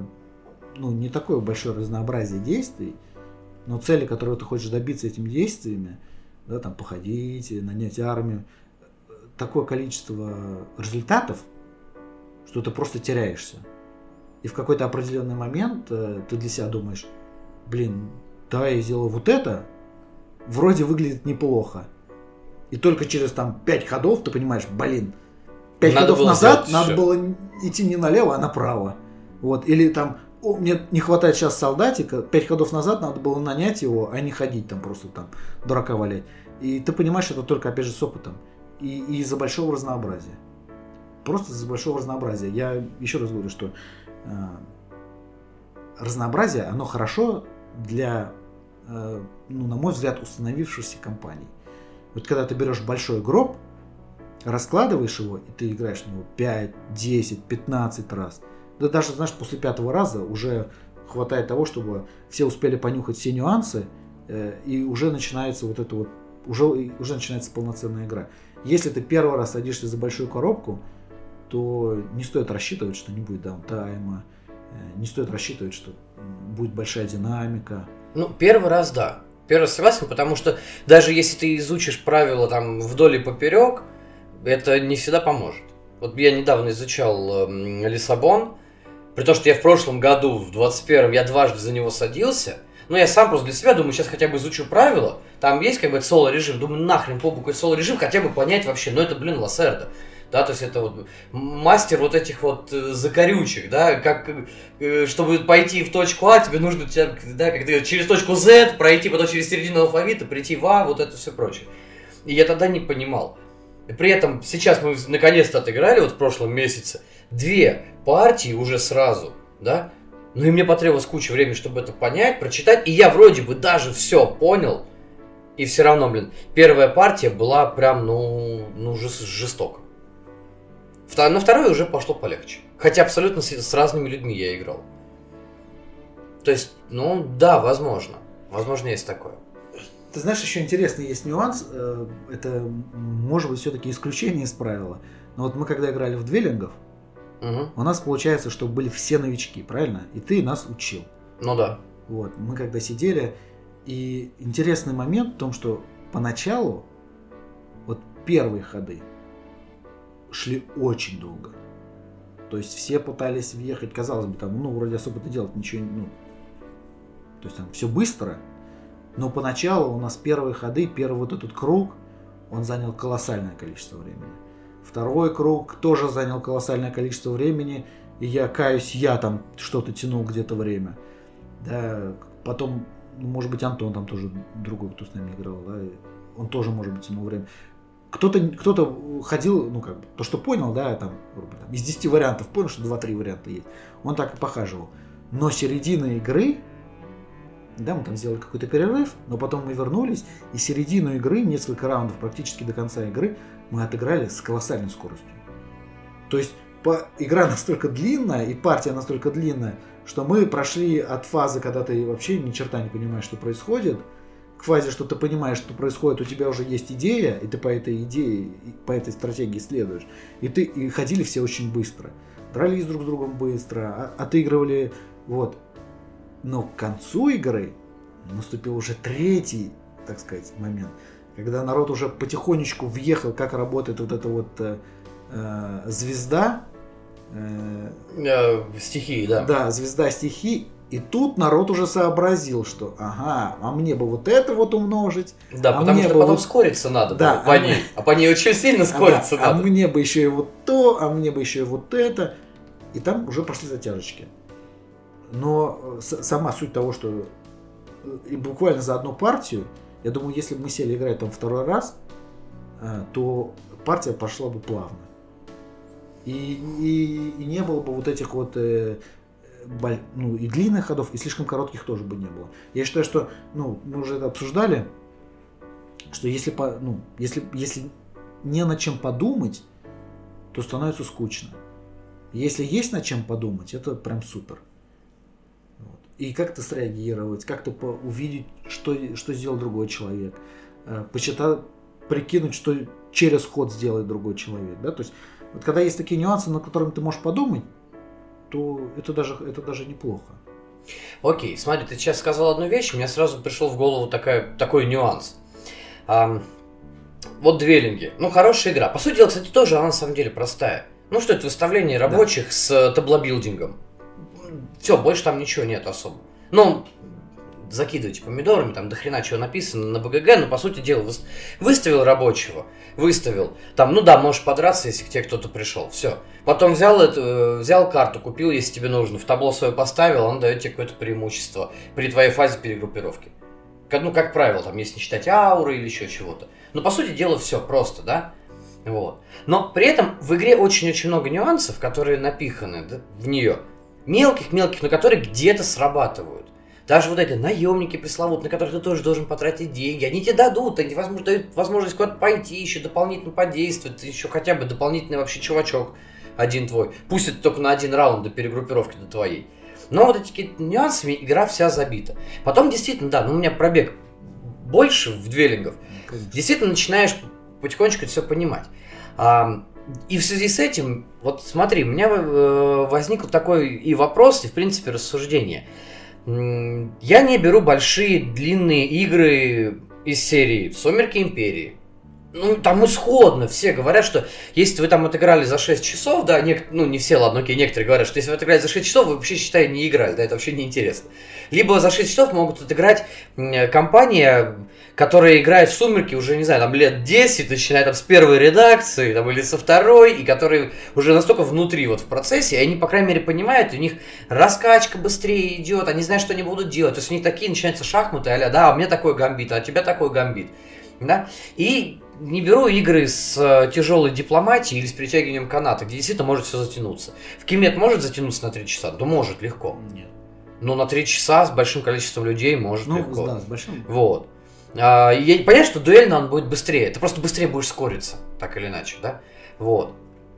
не такое большое разнообразие действий, но цели, которые ты хочешь добиться этими действиями, да, там походить, нанять армию, такое количество результатов, что ты просто теряешься. И в какой-то определенный момент ты для себя думаешь, давай я сделаю вот это, вроде выглядит неплохо. И только через 5 ходов ты понимаешь, 5 ходов назад надо было идти не налево, а направо. Вот. Или мне не хватает сейчас солдатика, 5 ходов назад надо было нанять его, а не ходить просто дурака валять. И ты понимаешь это только, опять же, с опытом. И из-за большого разнообразия. Просто из-за большого разнообразия. Я еще раз говорю, что разнообразие, оно хорошо для, на мой взгляд, установившихся компаний. Вот когда ты берешь большой гроб, раскладываешь его, и ты играешь в него 5, 10, 15 раз. Да даже, знаешь, после 5-го раза уже хватает того, чтобы все успели понюхать все нюансы, и уже начинается уже начинается полноценная игра. Если ты первый раз садишься за большую коробку, то не стоит рассчитывать, что не будет даунтайма, не стоит рассчитывать, что будет большая динамика. Первый раз да. Первый раз согласен, потому что даже если ты изучишь правила вдоль и поперек, это не всегда поможет. Вот я недавно изучал Лиссабон, при том, что я в прошлом году, в 21-м, я дважды за него садился, но я сам просто для себя думаю, сейчас хотя бы изучу правила, там есть соло-режим, думаю, нахрен попу какой соло-режим, хотя бы понять вообще, это, Лассерда. Да, то есть это мастер этих закорючек, да, чтобы пойти в точку А, тебе нужно через точку Z пройти, потом через середину алфавита, прийти в А, это все прочее. И я тогда не понимал. И при этом сейчас мы наконец-то отыграли, в прошлом месяце, 2 партии уже сразу, да, и мне потребовалось куча времени, чтобы это понять, прочитать, и я вроде бы даже все понял, и все равно, первая партия была прям, жестоко. На второй уже пошло полегче. Хотя абсолютно с разными людьми я играл. То есть, да, возможно. Возможно, есть такое. Ты знаешь, еще интересный есть нюанс. Это, может быть, все-таки исключение из правила. Но мы когда играли в Двеллингов, у нас получается, что были все новички, правильно? И ты нас учил. Ну да. Мы когда сидели, И интересный момент в том, что поначалу вот первые ходы шли очень долго. То есть все пытались въехать, казалось бы, там, ну, вроде особо-то делать ничего, ну, то есть там все быстро, но поначалу у нас первые ходы, первый вот этот круг, он занял колоссальное количество времени. Второй круг тоже занял колоссальное количество времени, и я каюсь, я там что-то тянул где-то время. Да, потом, может быть, Антон там тоже другой, кто с нами играл, да, он тоже, может быть, тянул время. Кто-то ходил, ну, как бы, то, что понял, да, там, из 10 вариантов понял, что 2-3 варианта есть. Он так и похаживал. Но середина игры, да, мы там сделали какой-то перерыв, но потом мы вернулись, и середину игры, несколько раундов практически до конца игры, мы отыграли с колоссальной скоростью. То есть игра настолько длинная, и партия настолько длинная, что мы прошли от фазы, когда ты вообще ни черта не понимаешь, что происходит, к фазе, что ты понимаешь, что происходит, у тебя уже есть идея, и ты по этой идее, по этой стратегии следуешь. И ходили все очень быстро. Дрались друг с другом быстро, отыгрывали, вот. Но к концу игры наступил уже третий, так сказать, момент, когда народ уже потихонечку въехал, как работает вот эта вот звезда. Стихии, да. Да, звезда стихий. И тут народ уже сообразил, что ага, а мне бы вот это вот умножить. Да, потому что потом ускориться надо, да, по ней. А по ней очень сильно ускориться надо. А мне бы еще и вот то, а мне бы еще и вот это. И там уже пошли затяжечки. Но сама суть того, что и буквально за одну партию, я думаю, если бы мы сели играть там второй раз, то партия пошла бы плавно. И не было бы вот этих вот ну, и длинных ходов, и слишком коротких тоже бы не было. Я считаю, что, ну, мы уже это обсуждали, что если не над чем подумать, то становится скучно. Если есть над чем подумать, это прям супер. Вот. И как-то среагировать, как-то увидеть, что сделал другой человек, почитать, прикинуть, что через ход сделает другой человек. Да? То есть, вот когда есть такие нюансы, над которыми ты можешь подумать, то это даже неплохо. Окей, смотри, ты сейчас сказал одну вещь, у меня сразу пришел в голову такой нюанс. Вот дуэлинги. Ну, хорошая игра. По сути дела, кстати, тоже она на самом деле простая. Ну, что это выставление рабочих, да, с таблобилдингом. Все, больше там ничего нет особо. Ну, закидывайте помидорами, там дохрена чего написано на БГГ, но по сути дела выставил рабочего, там, ну да, можешь подраться, если к тебе кто-то пришел, все. Потом взял карту, купил, если тебе нужно, в табло свое поставил, он дает тебе какое-то преимущество при твоей фазе перегруппировки. Ну, как правило, там, если не считать ауры или еще чего-то. Но по сути дела все просто, да? Вот. Но при этом в игре очень-очень много нюансов, которые напиханы, да, в нее. Мелких, но которые где-то срабатывают. Даже вот эти наемники пресловутые, на которых ты тоже должен потратить деньги, они тебе дадут возможность куда-то пойти, еще дополнительно подействовать, еще хотя бы дополнительный вообще чувачок один твой. Пусть это только на один раунд до перегруппировки до твоей. Но вот этими нюансами игра вся забита. Потом действительно, да, у меня пробег больше в дуэлингов. Действительно начинаешь потихонечку это все понимать. И в связи с этим, вот смотри, у меня возник такой и вопрос, и в принципе рассуждение. Я не беру большие длинные игры из серии «Сумерки Империи». Ну, там исходно все говорят, что если вы там отыграли за 6 часов, да, не все, ладно, окей, некоторые говорят, что если вы отыграли за 6 часов, вы вообще, считай, не играли, да, это вообще неинтересно. Либо за 6 часов могут отыграть компания, которая играет в «Сумерки» уже, не знаю, там лет 10, начиная там с первой редакции, там, или со второй, и которые уже настолько внутри вот в процессе, и они, по крайней мере, понимают, у них раскачка быстрее идет, они знают, что они будут делать, то есть у них такие начинаются шахматы, а-ля, да, у меня такой гамбит, а у тебя такой гамбит, да, и не беру игры с тяжелой дипломатией или с притягиванием каната, где действительно может все затянуться. В Кемет может затянуться на 3 часа? Да может, легко. Нет. Но на 3 часа с большим количеством людей может легко. Да, с большим. Вот. Понятно, что дуэльно он будет быстрее. Ты просто быстрее будешь скориться, так или иначе, да? Вот.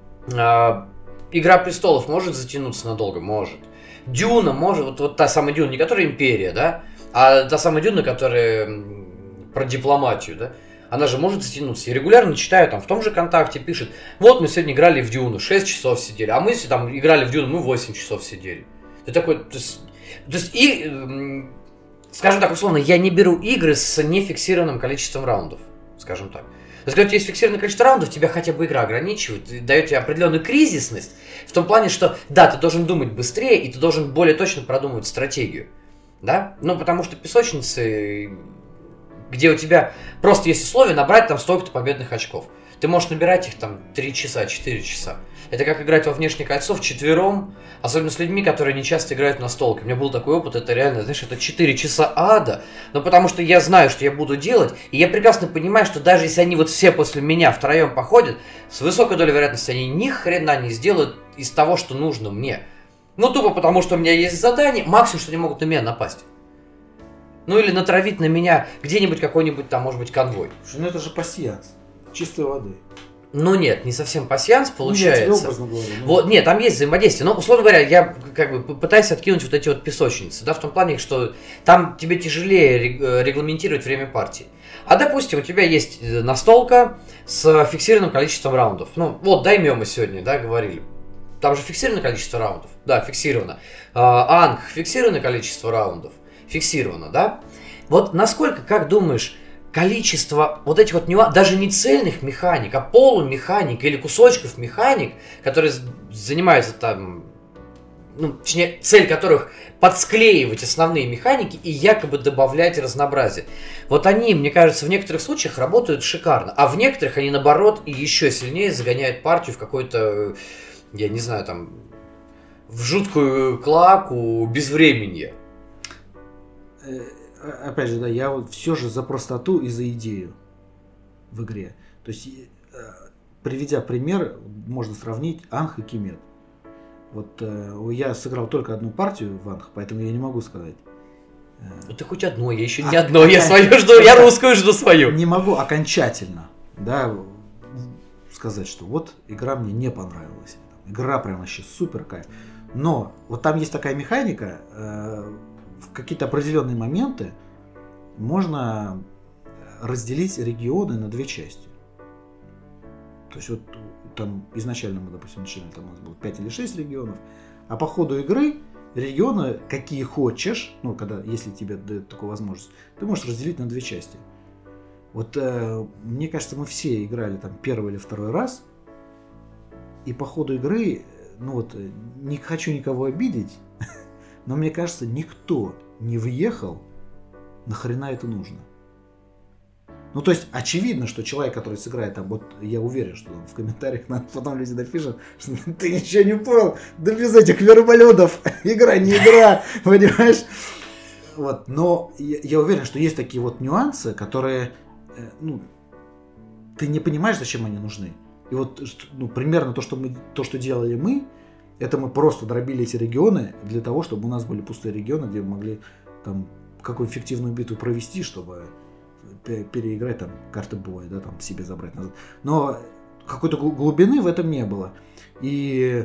Игра престолов может затянуться надолго? Может. Дюна может, вот та самая Дюна, не которая Империя, да? А та самая Дюна, которая про дипломатию, да? Она же может затянуться. Я регулярно читаю, там в том же ВКонтакте пишет, вот мы сегодня играли в Дюну, 6 часов сидели, а мы там играли в Дюну, мы 8 часов сидели. Ты такой, то есть и скажем так, условно, я не беру игры с нефиксированным количеством раундов, скажем так. То есть, когда у тебя есть фиксированное количество раундов, тебя хотя бы игра ограничивает, и дает тебе определенную кризисность, в том плане, что, да, ты должен думать быстрее, и ты должен более точно продумывать стратегию, да? Ну, потому что песочницы, где у тебя просто есть условия набрать там столько-то победных очков. Ты можешь набирать их там 3 часа, 4 часа. Это как играть во внешнее кольцо вчетвером, особенно с людьми, которые не часто играют в настолки. У меня был такой опыт, это реально, знаешь, это 4 часа ада, но потому что я знаю, что я буду делать, и я прекрасно понимаю, что даже если они вот все после меня втроем походят, с высокой долей вероятности они ни хрена не сделают из того, что нужно мне. Ну, тупо потому, что у меня есть задание, максимум, что они могут на меня напасть. Ну, или натравить на меня где-нибудь какой-нибудь там, может быть, конвой. Ну, это же пассианс. Чистой воды. Ну нет, не совсем пассианс получается. Ну, я тебе образно говорю. Вот, нет, там есть взаимодействие. Но, условно говоря, я как бы пытаюсь откинуть вот эти вот песочницы, да, в том плане, что там тебе тяжелее регламентировать время партии. А, допустим, у тебя есть настолка с фиксированным количеством раундов. Ну, вот, Даймё мы сегодня, да, говорили. Там же фиксированное количество раундов. Да, фиксировано. Анг, фиксированное количество раундов. Фиксировано, да? Вот насколько, как думаешь, количество вот этих вот нюансов, даже не цельных механик, а полумеханик или кусочков механик, которые занимаются там, ну, точнее, цель которых подсклеивать основные механики и якобы добавлять разнообразие. Вот они, мне кажется, в некоторых случаях работают шикарно, а в некоторых они, наоборот, и еще сильнее загоняют партию в какой-то, я не знаю, там, в жуткую клаку безвременья. Опять же, да, я вот все же за простоту и за идею в игре. То есть, приведя пример, можно сравнить Анх и Кемет. Вот я сыграл только одну партию в Анх, поэтому я не могу сказать. Ну ты хоть одно, я еще не одно, я свою жду, я русскую жду свою. Не могу окончательно, да, сказать, что вот игра мне не понравилась. Игра прям вообще супер кайф. Но вот там есть такая механика, в какие-то определенные моменты можно разделить регионы на две части. То есть вот там изначально мы, допустим, начали, там у нас было 5 или 6 регионов, а по ходу игры регионы, какие хочешь, ну, когда, если тебе дают такую возможность, ты можешь разделить на две части. Вот мне кажется, мы все играли там первый или второй раз, и по ходу игры, ну вот, не хочу никого обидеть, но мне кажется, никто не въехал, нахрена это нужно. Ну, то есть, очевидно, что человек, который сыграет там, вот я уверен, что там в комментариях потом люди напишут, что ты ничего не понял, да без этих верблюдов, игра не игра, понимаешь? Вот, но я уверен, что есть такие вот нюансы, которые, ну, ты не понимаешь, зачем они нужны. И вот, ну, примерно то, что делали мы, это мы просто дробили эти регионы для того, чтобы у нас были пустые регионы, где мы могли там какую эффективную битву провести, чтобы переиграть там карты боя, да, там себе забрать назад. Но какой-то глубины в этом не было. И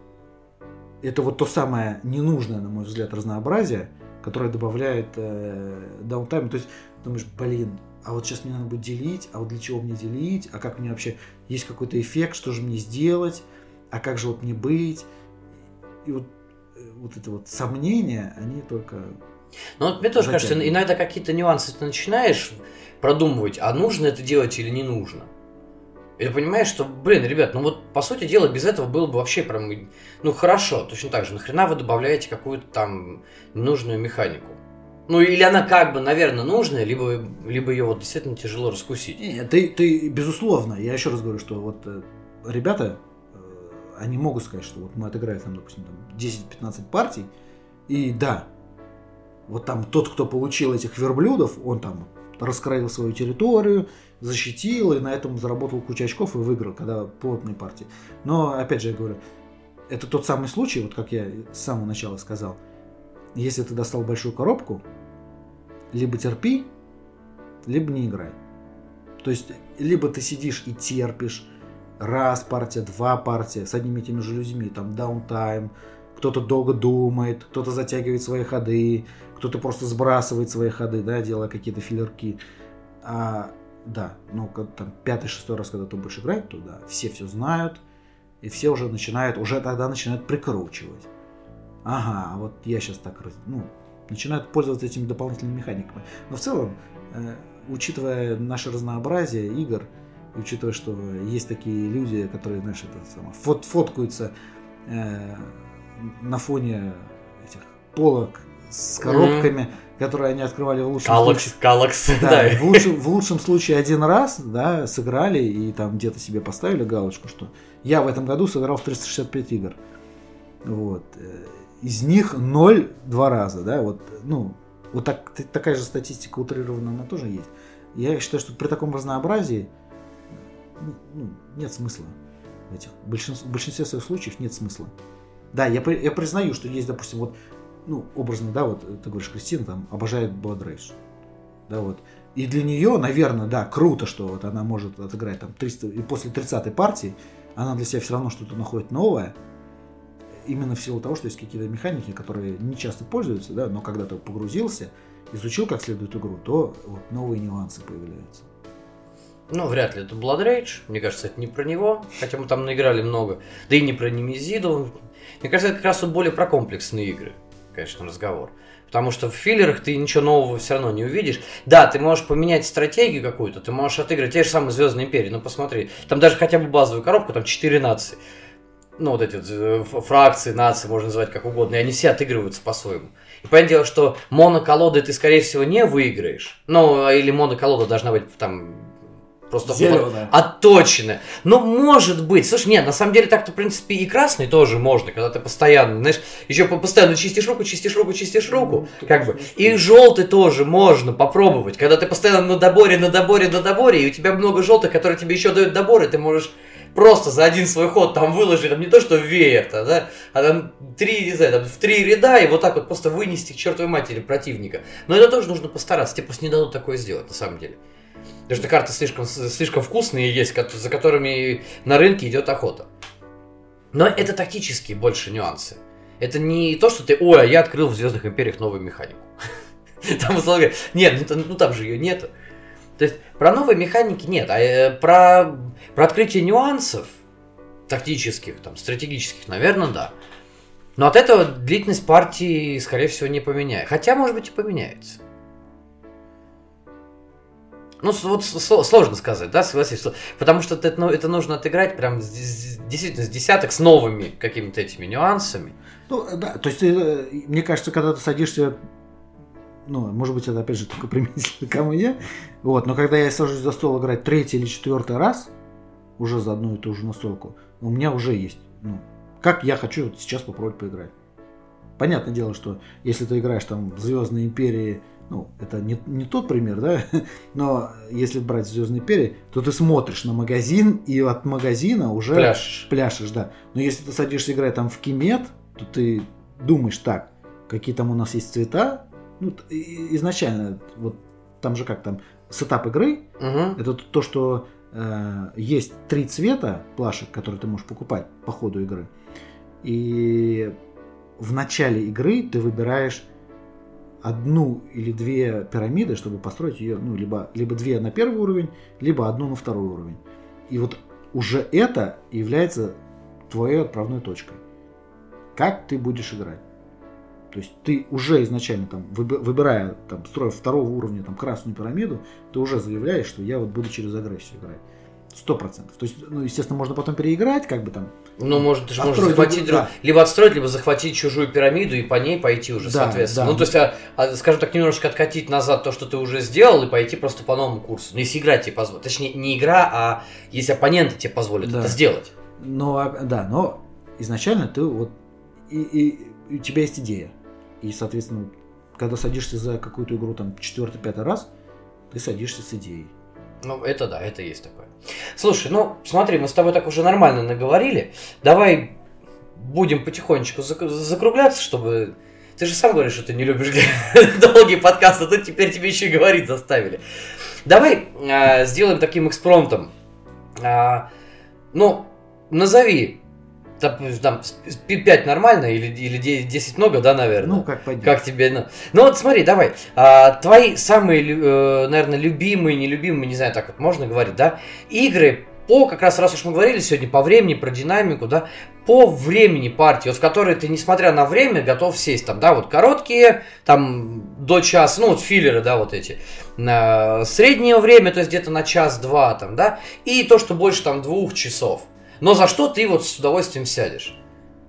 это вот то самое ненужное, на мой взгляд, разнообразие, которое добавляет даунтайм. То есть думаешь, блин, а вот сейчас мне надо будет делить, а вот для чего мне делить, а как мне вообще, есть какой-то эффект, что же мне сделать, а как же вот мне быть. И вот это вот сомнения, они только... Ну вот мне тоже кажется, иногда какие-то нюансы ты начинаешь продумывать, а нужно это делать или не нужно. И ты понимаешь, что, блин, ребят, ну вот по сути дела без этого было бы вообще прям, ну хорошо, точно так же, нахрена вы добавляете какую-то там ненужную механику? Ну или она как бы, наверное, нужная, либо ее вот действительно тяжело раскусить. Нет, ты безусловно, я еще раз говорю, что вот ребята, они могут сказать, что вот мы отыграли там, допустим, 10-15 партий, и да, вот там тот, кто получил этих верблюдов, он там раскроил свою территорию, защитил, и на этом заработал кучу очков и выиграл, когда плотные партии. Но, опять же, я говорю, это тот самый случай, вот как я с самого начала сказал, если ты достал большую коробку, либо терпи, либо не играй. То есть, либо ты сидишь и терпишь, раз партия, два партия, с одними и теми же людьми, там даунтайм, кто-то долго думает, кто-то затягивает свои ходы, кто-то просто сбрасывает свои ходы, да, делая какие-то филлерки. Да, но там 5-6 раз, когда ты будешь играть, то да, все знают, и все уже тогда начинают прикручивать. Ага, вот я сейчас так, ну, начинают пользоваться этими дополнительными механиками. Но в целом, учитывая наше разнообразие игр, учитывая, что есть такие люди, которые, знаешь, фоткаются на фоне этих полок с коробками, которые они открывали в лучшем случае. Калакс. Да, в лучшем случае один раз, да, сыграли и там где-то себе поставили галочку, что я в этом году сыграл в 365 игр. Вот. Из них 0 2 раза, да, вот, ну, вот такая же статистика утрированная, она тоже есть. Я считаю, что при таком разнообразии нет смысла. В большинстве своих случаев нет смысла. Да, я признаю, что есть, допустим, вот, ну, образно, да, вот ты говоришь, Кристина там обожает Blood Rage. Да, вот. И для нее, наверное, да, круто, что вот она может отыграть там 300, и после 30-й партии она для себя все равно что-то находит новое. Именно в силу того, что есть какие-то механики, которые не часто пользуются, да, но когда ты погрузился, изучил как следует игру, то вот новые нюансы появляются. Ну, вряд ли это Blood Rage. Мне кажется, это не про него. Хотя мы там наиграли много. Да и не про Немезиду. Мне кажется, это как раз вот более про комплексные игры. Конечно, разговор. Потому что в филлерах ты ничего нового все равно не увидишь. Да, ты можешь поменять стратегию какую-то. Ты можешь отыграть те же самые Звездные империи. Ну, посмотри. Там даже хотя бы базовую коробку, там 4 нации. Ну, вот эти вот фракции, нации, можно называть как угодно. И они все отыгрываются по-своему. И понятное дело, что моноколоды ты, скорее всего, не выиграешь. Ну, или моноколода должна быть там... Просто отточено. Но может быть. Слушай, нет, на самом деле так-то, в принципе, и красный тоже можно, когда ты постоянно, знаешь, еще постоянно чистишь руку, как бы. И желтый тоже можно попробовать, когда ты постоянно на доборе, и у тебя много желтых, которые тебе еще дают доборы, ты можешь просто за один свой ход там выложить, там не то что веер-то, да, а там в 3 ряда, и вот так вот просто вынести к чертовой матери противника. Но это тоже нужно постараться, тебе просто не дадут такое сделать, на самом деле. Потому что карты слишком вкусные есть, за которыми на рынке идет охота. Но это тактические больше нюансы. Это не то, что ты, ой, я открыл в Звездных империях новую механику. Там, условно говоря, нет, ну там же ее нету. То есть про новые механики нет, а про открытие нюансов тактических, там, стратегических, наверное, да. Но от этого длительность партии, скорее всего, не поменяется. Хотя, может быть, и поменяется. Ну, вот сложно сказать, да, согласись, потому что это нужно отыграть прям действительно с десяток с новыми какими-то этими нюансами. Ну, да, то есть, мне кажется, когда ты садишься, ну, может быть, это опять же только применительно ко мне, вот, но когда я сажусь за стол играть 3-й или 4-й раз, уже за одну и ту же настолку, у меня уже есть, ну, как я хочу вот сейчас попробовать поиграть. Понятное дело, что если ты играешь там в Звездные империи, ну, это не тот пример, да, но если брать Звездные империи, то ты смотришь на магазин, и от магазина уже пляшешь, да. Но если ты садишься играть там в Кимет, то ты думаешь, так, какие там у нас есть цвета, ну, изначально, вот там же как там, сетап игры, это то, что есть 3 цвета плашек, которые ты можешь покупать по ходу игры, и в начале игры ты выбираешь 1 или 2 пирамиды, чтобы построить ее, ну, либо 2 на первый уровень, либо 1 на второй уровень. И вот уже это является твоей отправной точкой. Как ты будешь играть? То есть ты уже изначально, там, выбирая, там, строя 2-го уровня там, красную пирамиду, ты уже заявляешь, что я вот буду через агрессию играть. 100%. То есть, ну, естественно, можно потом переиграть, как бы там. Ну, может, ты же можешь захватить, да, либо отстроить, либо захватить чужую пирамиду и по ней пойти уже, да, соответственно. Да. Ну, то есть, скажем так, немножко откатить назад то, что ты уже сделал, и пойти просто по новому курсу. Ну, если игра тебе позволит. Точнее, не игра, а если оппоненты тебе позволят это сделать. Но изначально ты вот. И у тебя есть идея. И, соответственно, когда садишься за какую-то игру там 4-5 раз, ты садишься с идеей. Ну, это да, это есть такое. Слушай, ну, смотри, мы с тобой так уже нормально наговорили. Давай будем потихонечку закругляться, чтобы... Ты же сам говоришь, что ты не любишь долгие подкасты, а тут теперь тебе еще и говорить заставили. Давай сделаем таким экспромтом. Ну, назови... Там 5 нормально или 10 много, да, наверное? Ну, как пойдет. Как тебе? Ну вот смотри, давай. Твои самые, наверное, любимые, нелюбимые, не знаю, так вот можно говорить, да? Игры по, как раз уж мы говорили сегодня, по времени, про динамику, да? по времени партии, вот в которой ты, несмотря на время, готов сесть, там, да, вот короткие, там, до часа, ну, вот филлеры, да, вот эти, среднее время, то есть где-то на час-два, там, да, и то, что больше, там, 2 часов. Но за что ты вот с удовольствием сядешь?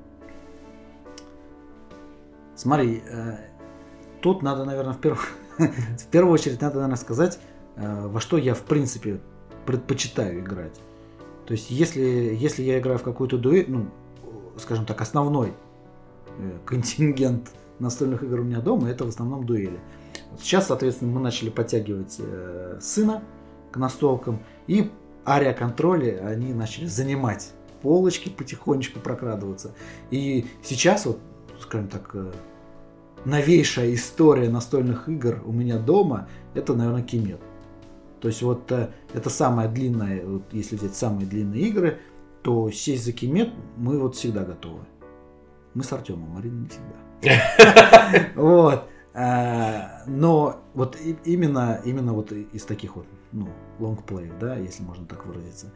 Смотри, тут надо, наверное, в первую очередь надо, наверное, сказать, во что я, в принципе, предпочитаю играть. То есть, если я играю в какую-то дуэль, ну, скажем так, основной контингент настольных игр у меня дома, это в основном дуэли. Сейчас, соответственно, мы начали подтягивать сына к настолкам, и ариа-контроли, они начали занимать полочки, потихонечку прокрадываться. И сейчас, вот, скажем так, новейшая история настольных игр у меня дома, это, наверное, Кемет. То есть вот это самая длинная, вот, если взять самые длинные игры, то сесть за Кемет мы вот всегда готовы. Мы с Артемом, Марина не всегда. Вот. Но вот именно вот из таких вот, ну, лонгплеев, да, если можно так выразиться.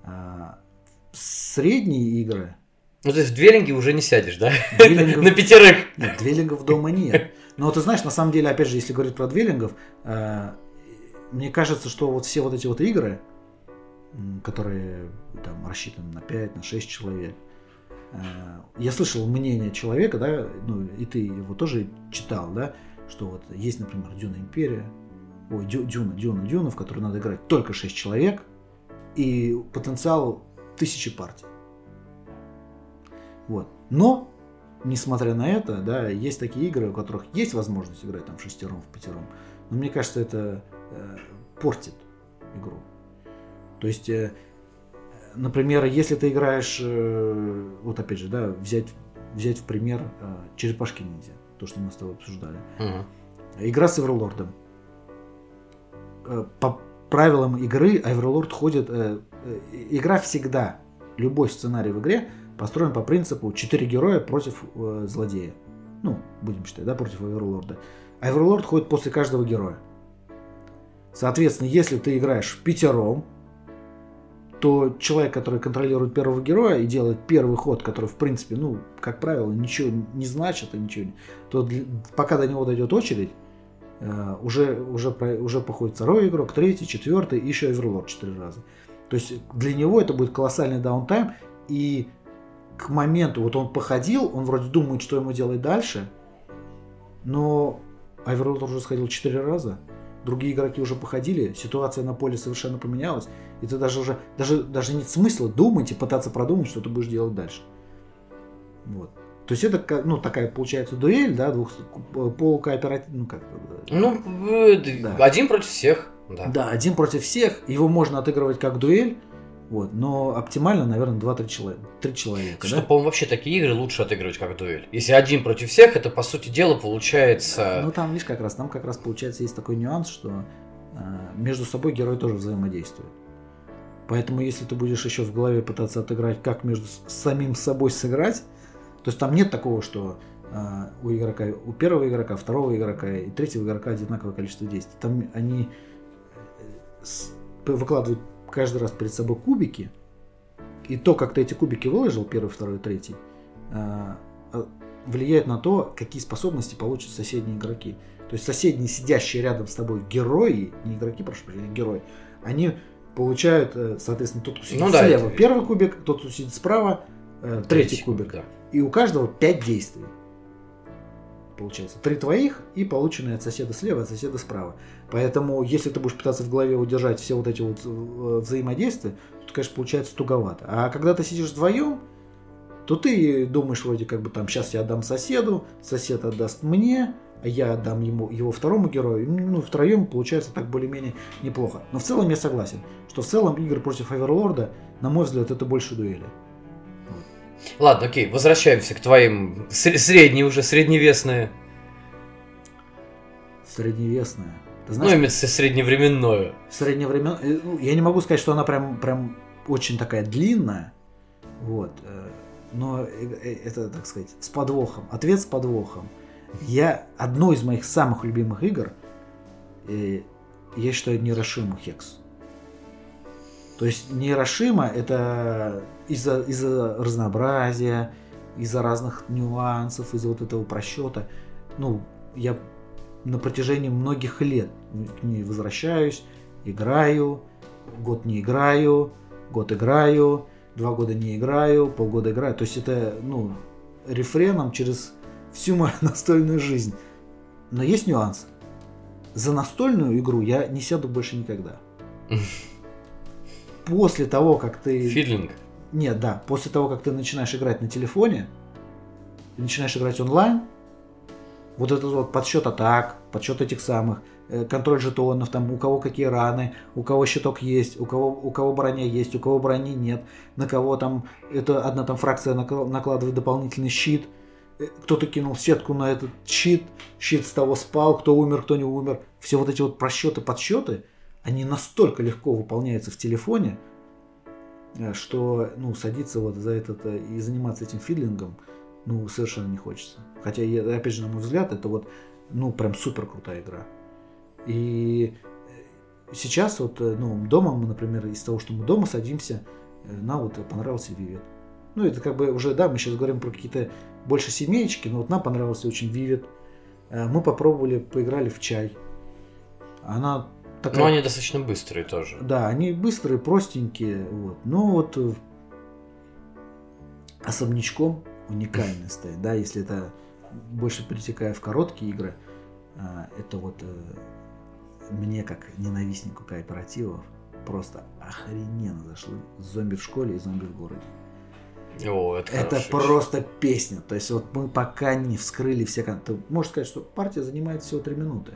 Средние игры. Ну, то есть в двелинге уже не сядешь, да? На 5. Нет, двелингов дома нет. Но ты знаешь, на самом деле, опять же, если говорить про двелингов, мне кажется, что вот все вот эти вот игры, которые там рассчитаны на 5, на 6 человек, я слышал мнение человека, да, ну и ты его тоже читал, да, что вот есть, например, Дюна Империя, Дюна, в которой надо играть только 6 человек, и потенциал 1000 партий. Вот. Но, несмотря на это, да, есть такие игры, у которых есть возможность играть там в 6, в 5. Но мне кажется, это портит игру. То есть, например, если ты играешь, вот опять же, да, взять в пример Черепашки-ниндзя, то, что мы с тобой обсуждали. Игра с Оверлордом. По правилам игры Оверлорд ходит... Игра всегда, любой сценарий в игре построен по принципу 4 героя против злодея. Ну, будем считать, да, против Оверлорда. Оверлорд ходит после каждого героя. Соответственно, если ты играешь в 5, то человек, который контролирует первого героя и делает первый ход, который, в принципе, ну, как правило, ничего не значит, то пока до него дойдет очередь, уже походит второй игрок, третий, четвертый, и еще Оверлорд 4 раза. То есть для него это будет колоссальный даунтайм, и к моменту, вот он походил, он вроде думает, что ему делать дальше, но Оверлорд уже сходил 4 раза, другие игроки уже походили, ситуация на поле совершенно поменялась, и ты даже нет смысла думать и пытаться продумать, что ты будешь делать дальше. Вот. То есть это, ну, такая получается дуэль, да, полукооперативная, ну как? Да. Один против всех. Да, один против всех. Его можно отыгрывать как дуэль, вот, но оптимально, наверное, 2-3 человека. Что, да? по-моему, вообще такие игры лучше отыгрывать как дуэль. Если один против всех, это, по сути дела, получается... Ну, там, видишь, там как раз получается есть такой нюанс, что между собой герои тоже взаимодействуют. Поэтому, если ты будешь еще в голове пытаться отыграть, как между самим собой сыграть, то есть там нет такого, что у первого игрока, второго игрока и третьего игрока одинаковое количество действий. Там они выкладывают каждый раз перед собой кубики, и то, как ты эти кубики выложил, первый, второй, третий, влияет на то, какие способности получат соседние игроки. То есть соседние, сидящие рядом с тобой герои, не игроки, прошу прощения, герои, они получают, соответственно, тот, кто сидит слева, первый кубик, тот, кто сидит справа, третий кубик. Да. И у каждого 5 действий. Получается 3 твоих и полученные от соседа слева, от соседа справа. Поэтому, если ты будешь пытаться в голове удержать все вот эти вот взаимодействия, то, конечно, получается туговато. А когда ты сидишь вдвоем, то ты думаешь вроде как бы там, сейчас я отдам соседу, сосед отдаст мне, а я отдам его второму герою. Ну, втроем получается так более-менее неплохо. Но в целом я согласен, что в целом игры против Оверлорда, на мой взгляд, это больше дуэли. Ладно, окей, возвращаемся к твоим средневесные. Средневесная. Ты знаешь, именно средневременное. Средневременное. Я не могу сказать, что она прям очень такая длинная. Вот. Но это, так сказать, с подвохом. Ответ с подвохом. Одной из моих самых любимых игр, я считаю, Нейрошима Хекс. То есть нейрошима это из-за разнообразия, из-за разных нюансов, из-за вот этого просчета. Ну, я на протяжении многих лет к ней возвращаюсь, играю, год не играю, год играю, 2 года не играю, полгода играю. То есть это, ну, рефреном через всю мою настольную жизнь. Но есть нюанс. За настольную игру я не сяду больше никогда. После того, как ты... Фидлинг. Нет, да. После того, как ты начинаешь играть на телефоне, ты начинаешь играть онлайн, вот этот вот подсчет атак, подсчет этих самых, контроль жетонов, там у кого какие раны, у кого щиток есть, у кого броня есть, у кого брони нет, на кого там это одна там фракция накладывает дополнительный щит, кто-то кинул сетку на этот щит с того спал, кто умер, кто не умер. Все вот эти вот просчеты, подсчеты, они настолько легко выполняются в телефоне, что, ну, садиться вот за это и заниматься этим фидлингом, ну, совершенно не хочется. Хотя, опять же, на мой взгляд, это вот, ну, прям супер крутая игра. И сейчас вот, ну, дома мы, например, из того, что мы дома садимся, нам вот понравился Vivid. Ну, это как бы уже, да, мы сейчас говорим про какие-то больше семеечки, но вот нам понравился очень Vivid. Мы попробовали, поиграли в чай. Она такая... Но они достаточно быстрые тоже. Да, они быстрые, простенькие. Вот. Но вот особнячком уникальный стоит. Да, если это больше перетекая в короткие игры, это вот мне, как ненавистнику кооперативов, просто охрененно зашло. Зомби в школе и зомби в городе. О, это просто песня. То есть вот мы пока не вскрыли все... Ты можешь сказать, что партия занимает всего 3 минуты.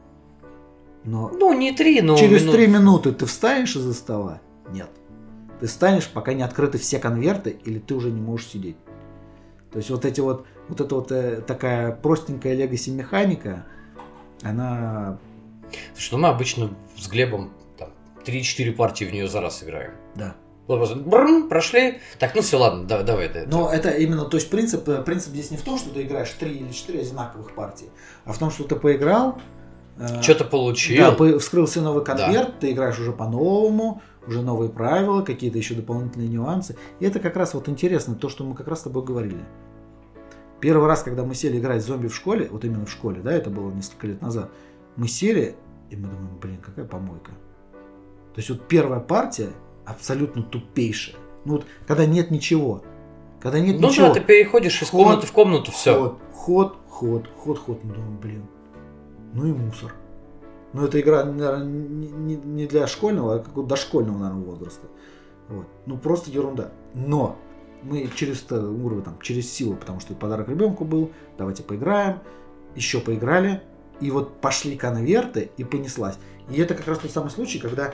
Но ну, не 3, но... Через 3 минуты ты встанешь из-за стола? Нет. Ты встанешь, пока не открыты все конверты, или ты уже не можешь сидеть. То есть вот эти вот эта вот такая простенькая легаси-механика, она... Слушай, ну мы обычно с Глебом там 3-4 партии в нее за раз играем. Да. Брррр, прошли. Так, ну все, ладно, давай. Но это именно, то есть принцип здесь не в том, что ты играешь 3 или 4 одинаковых партии, а в том, что ты поиграл, что-то получил. Да, вскрылся новый конверт, да. Ты играешь уже по-новому, уже новые правила, какие-то еще дополнительные нюансы. И это как раз вот интересно, то, что мы как раз с тобой говорили. Первый раз, когда мы сели играть в зомби в школе, вот именно в школе, да, это было несколько лет назад, мы сели, и мы думаем, блин, какая помойка. То есть вот первая партия абсолютно тупейшая. Ну вот, когда нет ничего. Когда нет ничего. Ну да, ты переходишь из комнаты в комнату, все. Ход. Мы думаем, блин, ну и мусор. Но это игра, наверное, не для школьного, а какого-то дошкольного, наверное, возраста. Вот. Ну просто ерунда. Но мы через уровень, там, через силу, потому что подарок ребенку был, давайте поиграем, еще поиграли, и вот пошли конверты, и понеслась. И это как раз тот самый случай, когда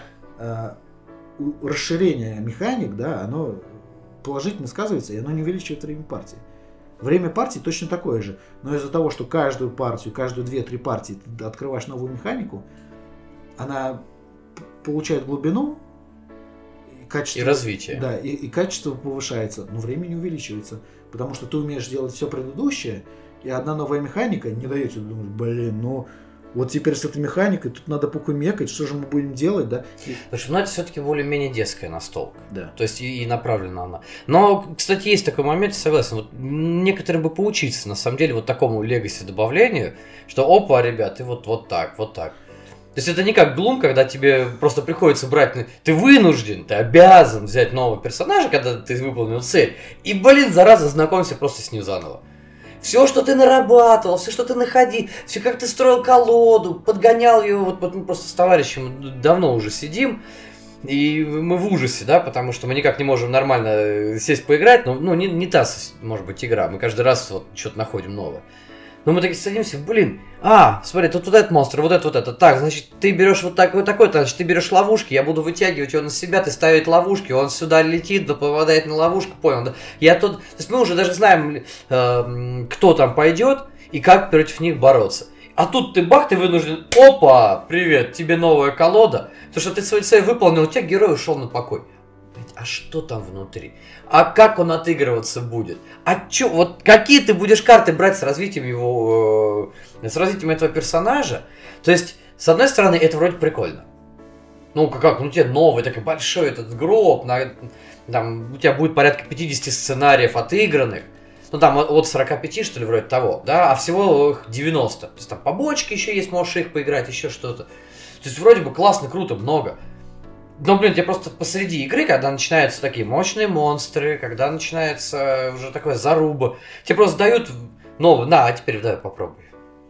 расширение механик, да, оно положительно сказывается, и оно не увеличивает время партии. Время партии точно такое же, но из-за того, что каждую партию, каждую 2-3 партии ты открываешь новую механику, она получает глубину, качество, и развитие. Да, и качество повышается, но время не увеличивается, потому что ты умеешь делать все предыдущее, и одна новая механика не дает тебе думать, блин, ну вот теперь с этой механикой тут надо покумекать, что же мы будем делать, да? Потому что, ну, это все-таки более-менее детская настолка. Да. То есть и направлена она. Но, кстати, есть такой момент, согласен, вот некоторым бы поучиться, на самом деле, вот такому легаси добавлению, что опа, ребят, и вот так. То есть это не как Gloom, когда тебе просто приходится брать, ты вынужден, ты обязан взять нового персонажа, когда ты выполнил цель, и, блин, зараза, знакомься просто с ним заново. Все, что ты нарабатывал, все, что ты находил, все, как ты строил колоду, подгонял ее, вот мы просто с товарищем давно уже сидим, и мы в ужасе, да, потому что мы никак не можем нормально сесть поиграть, но ну, не та, может быть, игра, мы каждый раз вот что-то находим новое. Но мы такие садимся, блин, смотри, тут вот этот монстр, вот это. Так, значит, ты берешь вот такой, значит, ты берешь ловушки, я буду вытягивать его на себя, ты ставить ловушки, он сюда летит, да попадает на ловушку, понял, да? То есть мы уже даже знаем, кто там пойдет и как против них бороться. А тут ты вынужден, опа, привет, тебе новая колода, потому что ты свою цель выполнил, у тебя герой ушел на покой. А что там внутри? А как он отыгрываться будет? Вот какие ты будешь карты брать с развитием этого персонажа? То есть, с одной стороны, это вроде прикольно. Ну, как, ну, тебе новый, такой большой этот гроб, там, у тебя будет порядка 50 сценариев отыгранных, ну, там, от 45, что ли, вроде того, да, а всего их 90. То есть, там, побочки еще есть, можешь их поиграть, еще что-то. То есть, вроде бы классно, круто, много. Но, блин, тебе просто посреди игры, когда начинаются такие мощные монстры, когда начинается уже такое заруба, тебе просто дают новый, на, а теперь давай попробуй.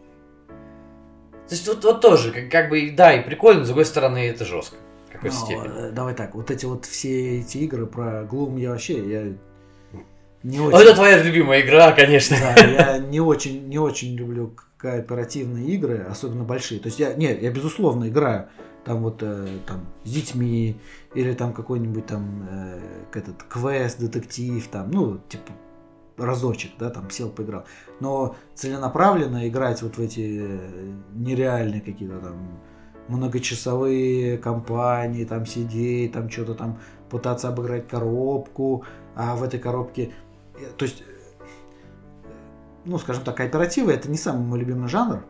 То есть вот тоже, как бы, да, и прикольно, с другой стороны, это жестко. В какой-то степени. Давай так, вот эти вот все эти игры про Gloom я не очень... Это твоя любимая игра, конечно. Да, я не очень люблю кооперативные игры, особенно большие. То есть я безусловно играю там вот там с детьми или там какой-нибудь там этот квест, детектив, там, ну, типа разочек, да, там сел, поиграл. Но целенаправленно играть вот в эти нереальные какие-то там многочасовые кампании, там сидеть, там что-то там пытаться обыграть коробку, а в этой коробке, то есть, ну, скажем так, кооперативы — это не самый мой любимый жанр,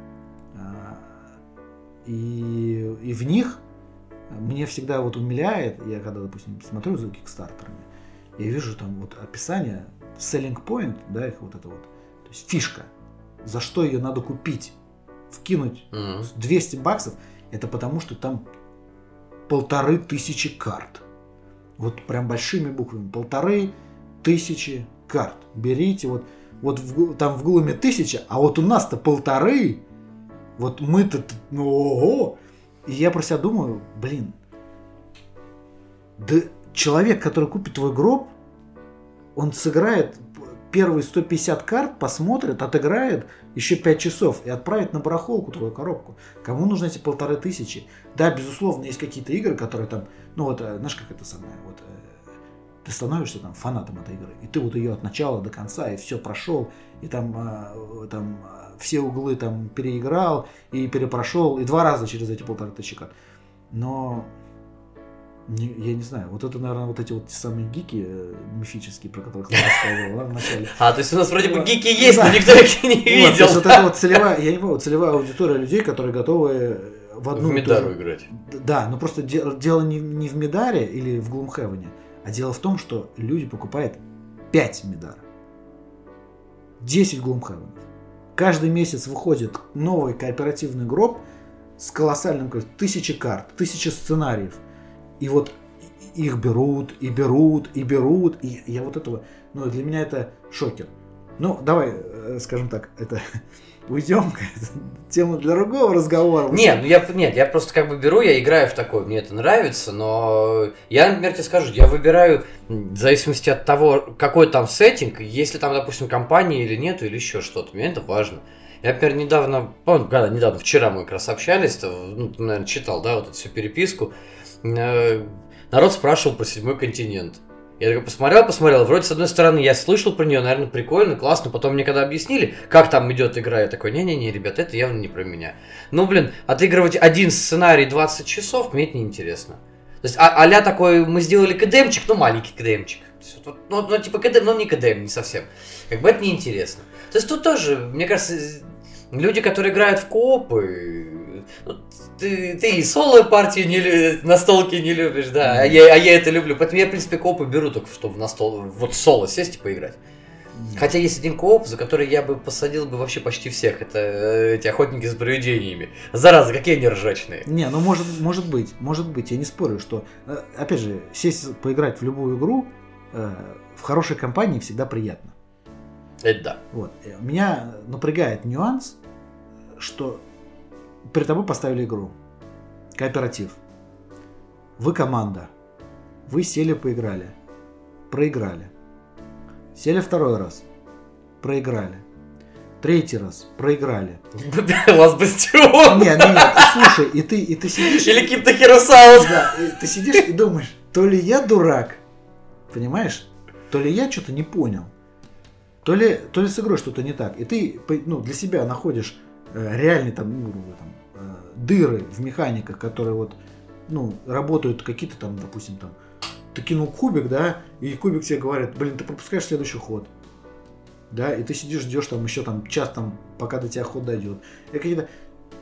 и в них мне всегда вот умиляет, я когда, допустим, смотрю за кикстартерами, я вижу там вот описание, selling point, да, их вот это вот, то есть фишка, за что ее надо купить, вкинуть 200 баксов, это потому, что там 1500 карт. Вот прям большими буквами. 1500 карт. Берите, вот там в Глуме 1000, а вот у нас-то 1500. Вот мы-то, ну, ого. И я про себя думаю, блин, да человек, который купит твой гроб, он сыграет первые 150 карт, посмотрит, отыграет еще 5 часов и отправит на барахолку твою коробку. Кому нужны эти 1500? Да, безусловно, есть какие-то игры, которые там, ну вот, знаешь, как это самое, вот, ты становишься там фанатом этой игры, и ты вот ее от начала до конца, и все прошел, и там все углы там переиграл, и перепрошел, и 2 раза через эти 1500 карт. Но я не знаю, вот это, наверное, вот эти вот те самые гики мифические, про которых я рассказывал, да, в начале. То есть у нас вроде бы гики есть, но никто их не видел. То есть вот это вот целевая, я не понимаю, целевая аудитория людей, которые готовы в одну... В Мидару играть. Да, но просто дело не в Мидаре или в Gloomhaven, а дело в том, что люди покупают 5 Мидар, 10 Gloomhaven. Каждый месяц выходит новый кооперативный гроб с колоссальным количеством, 1000 карт, 1000 сценариев. И вот их берут, и берут, и берут. И я вот этого... Ну, для меня это шокер. Ну, давай, скажем так, это... Уйдем, тема для другого разговора. Нет, я просто как бы беру, я играю в такое, мне это нравится, но я, например, тебе скажу, я выбираю в зависимости от того, какой там сеттинг, если там, допустим, компания или нету, или еще что-то, мне это важно. Я, например, недавно, вчера мы как раз общались, ну, ты, наверное, читал, да, вот эту всю переписку, народ спрашивал про 7-й континент. Я такой посмотрел, вроде с одной стороны я слышал про нее, наверное, прикольно, классно, потом мне когда объяснили, как там идет игра, я такой, не-не-не, ребят, это явно не про меня. Ну, блин, отыгрывать один сценарий 20 часов, мне это неинтересно. То есть, а-ля такой, мы сделали КДМчик, ну, маленький КДМчик. Ну, типа КДМ, но не КДМ, не совсем. Как бы это неинтересно. То есть, тут тоже, мне кажется, люди, которые играют в коопы, ты и соло партии настолки не любишь, да, а я это люблю. Поэтому я, в принципе, коопы беру только, чтобы на стол, вот соло сесть и поиграть. Хотя есть один кооп, за который я бы посадил бы вообще почти всех. Это эти охотники с привидениями. Зараза, какие они ржачные. Не, ну может быть, я не спорю, что, опять же, сесть поиграть в любую игру в хорошей компании всегда приятно. Это да. Вот. Меня напрягает нюанс, что перед тобой поставили игру. Кооператив. Вы команда. Вы сели, поиграли. Проиграли. Сели второй раз. Проиграли. Третий раз. Проиграли. Last Bastion. Нет, слушай, и ты сидишь... Или Keep the Heroes Out. Да, ты сидишь и думаешь, то ли я дурак, понимаешь? То ли я что-то не понял. То ли с игрой что-то не так. И ты для себя находишь реальные дыры в механиках, которые вот, работают какие-то там, допустим, там, ты кинул кубик, да, и кубик тебе говорит, блин, ты пропускаешь следующий ход. Да, и ты сидишь, ждешь там еще там час, там, пока до тебя ход дойдет. И какие-то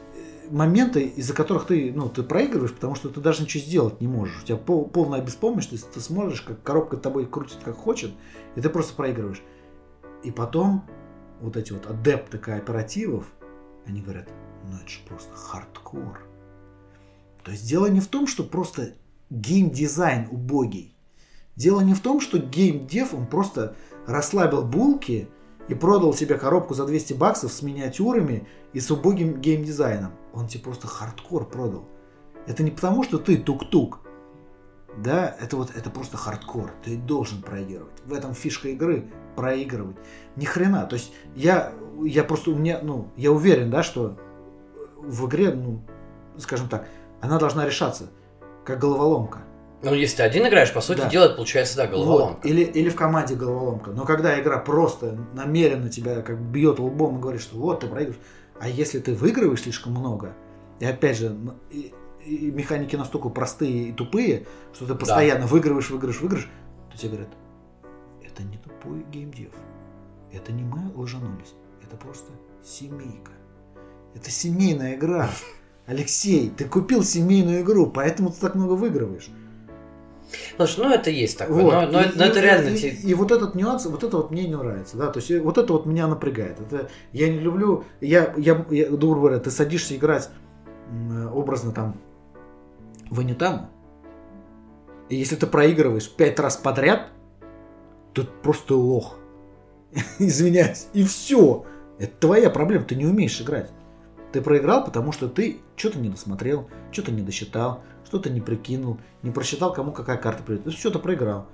моменты, из-за которых ты проигрываешь, потому что ты даже ничего сделать не можешь. У тебя полная беспомощность, ты смотришь, как коробка тобой крутит как хочет, и ты просто проигрываешь. И потом вот эти вот адепты кооперативов, они говорят, это же просто хардкор. То есть дело не в том, что просто геймдизайн убогий. Дело не в том, что геймдев, он просто расслабил булки и продал тебе коробку за $200 с миниатюрами и с убогим геймдизайном. Он тебе просто хардкор продал. Это не потому, что ты тук-тук. Да, это просто хардкор. Ты должен проигрывать. В этом фишка игры — проигрывать. Ни хрена. То есть я просто, я уверен, да, что в игре, скажем так, она должна решаться как головоломка. Если ты один играешь, по сути дела, это получается, да, головоломка. Вот. Или в команде головоломка. Но когда игра просто намеренно тебя как бьет лбом и говорит, что вот ты проигрываешь. А если ты выигрываешь слишком много, и опять же, и механики настолько простые и тупые, что ты постоянно выигрываешь, то тебе говорят, это не тупой геймдев. Это не мы лажанулись. Это просто семейка. Это семейная игра. Алексей, ты купил семейную игру, поэтому ты так много выигрываешь. Слушай, это есть такое, вот. но это реально... И вот этот нюанс, вот это вот мне не нравится, да, то есть вот это вот меня напрягает. Это я не люблю, я грубо говоря, ты садишься играть образно там в Анитаму, и если ты проигрываешь 5 раз подряд, то ты просто лох. Извиняюсь, и все. Это твоя проблема, ты не умеешь играть. Ты проиграл, потому что ты что-то не досмотрел, что-то не досчитал, что-то не прикинул, не просчитал, кому какая карта придет. Ты что-то проиграл.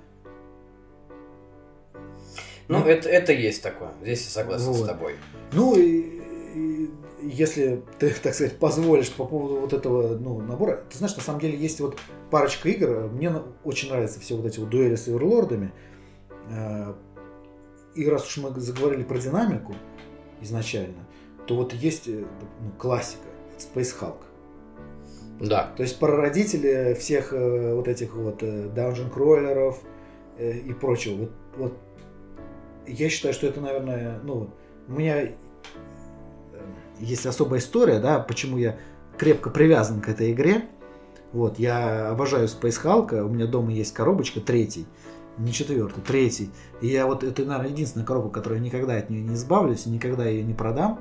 Это есть такое. Здесь я согласен с тобой. И если ты, так сказать, позволишь по поводу вот этого набора, ты знаешь, на самом деле есть вот парочка игр. Мне очень нравятся все вот эти вот дуэли с оверлордами. И раз уж мы заговорили про динамику изначально, то вот есть классика, Space Hulk. Да. То есть прародители всех вот этих вот даунжен-кроллеров и прочего. Вот я считаю, что это, наверное, у меня есть особая история, да, почему я крепко привязан к этой игре. Вот, я обожаю Space Hulk, у меня дома есть коробочка 3, не 4, 3. И я вот, это, наверное, единственная коробка, которую я никогда от нее не избавлюсь, и никогда ее не продам.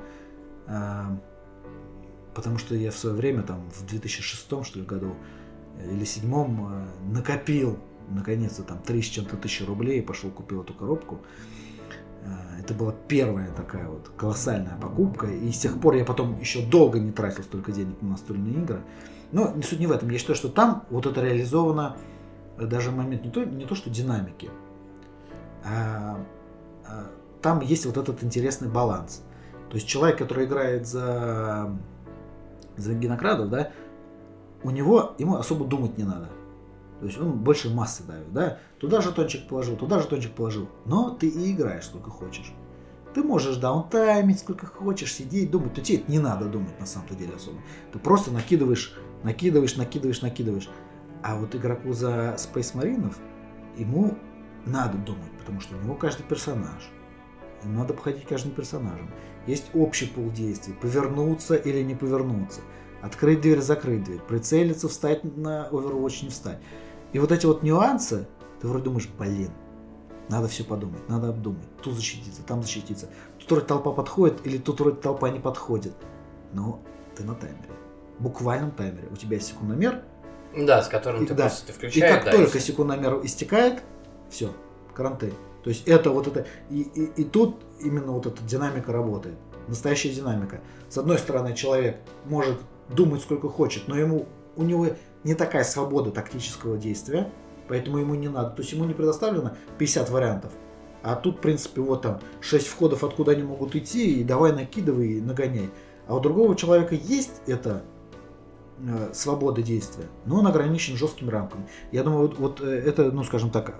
Потому что я в свое время, там, в 2006 что ли, году или 2007 накопил, наконец-то, там, 3 с чем-то тысячи рублей и пошел купил эту коробку. Это была первая такая вот колоссальная покупка. И с тех пор я потом еще долго не тратил столько денег на настольные игры. Но суть не в этом. Я считаю, что там вот это реализовано даже момент не то что динамики, а там есть вот этот интересный баланс. То есть человек, который играет за генокрадов, да, ему особо думать не надо. То есть он больше массы давит, да. Туда жетончик положил. Но ты и играешь сколько хочешь. Ты можешь даунтаймить сколько хочешь, сидеть, думать. То тебе это не надо думать на самом-то деле особо. Ты просто накидываешь. А вот игроку за Space Marines ему надо думать, потому что у него каждый персонаж. Ему надо походить каждым персонажем. Есть общий пул действий. Повернуться или не повернуться. Открыть дверь, закрыть дверь. Прицелиться, встать на Overwatch, не встать. И вот эти вот нюансы, ты вроде думаешь, надо все подумать, надо обдумать. Тут защититься, там защититься. Тут вроде толпа подходит, или тут вроде толпа не подходит. Но ты на таймере. Буквальном таймере. У тебя есть секундомер. Да, с которым ты включаешь. И как только секундомер истекает, все, карантин. То есть это вот это. И тут именно вот эта динамика работает. Настоящая динамика. С одной стороны, человек может думать сколько хочет, но у него не такая свобода тактического действия, поэтому ему не надо. То есть ему не предоставлено 50 вариантов. А тут, в принципе, вот там 6 входов, откуда они могут идти, и давай накидывай и нагоняй. А у другого человека есть эта свобода действия, но он ограничен жесткими рамками. Я думаю, вот это, скажем так,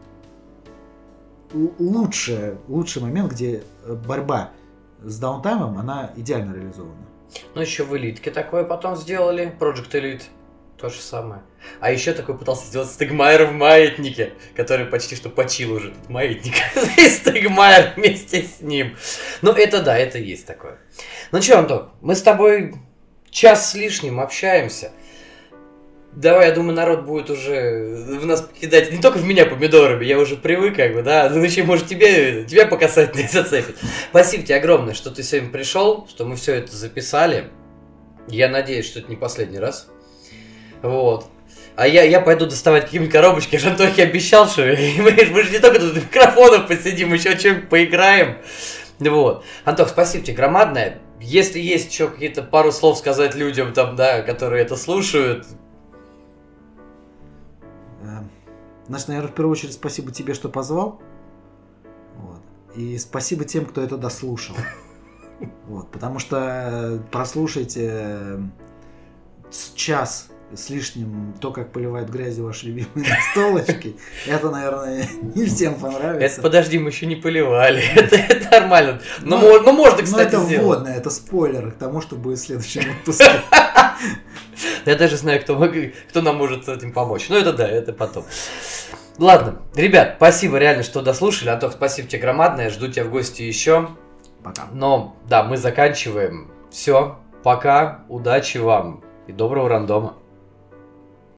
лучший момент, где борьба с даунтаймом, она идеально реализована. Еще в Элитке такое потом сделали, Project Elite, то же самое. А еще такой пытался сделать Стегмайер в маятнике, который почти что почил уже, этот маятник, и Стегмайер вместе с ним. Это есть такое. Что, Антон, мы с тобой час с лишним общаемся. Давай, я думаю, народ будет уже в нас кидать не только в меня помидорами, я уже привык, как бы, да, ну еще, может, тебя по касательной зацепит. Спасибо тебе огромное, что ты сегодня пришел, что мы все это записали. Я надеюсь, что это не последний раз. Вот. А я пойду доставать какие-нибудь коробочки. Я же Антохе обещал, что мы же не только тут микрофонов посидим, еще о чем поиграем. Вот. Антох, спасибо тебе громадное. Если есть еще какие-то пару слов сказать людям, там, да, которые это слушают. Значит, наверное, в первую очередь спасибо тебе, что позвал. Вот. И спасибо тем, кто это дослушал. Вот. Потому что прослушайте час с лишним то, как поливают грязью ваши любимые настолочки. Это, наверное, не всем понравится. Это, подожди, мы еще не поливали. Это нормально. Но можно, кстати, сделать. Но это вводное, это спойлер к тому, что будет в следующем выпуске. Я даже знаю, кто нам может с этим помочь. Но это да, это потом. Ладно, ребят, спасибо реально, что дослушали. Антох, спасибо тебе громадное. Жду тебя в гости еще. Пока. Но, да, мы заканчиваем. Все, пока, удачи вам и доброго рандома.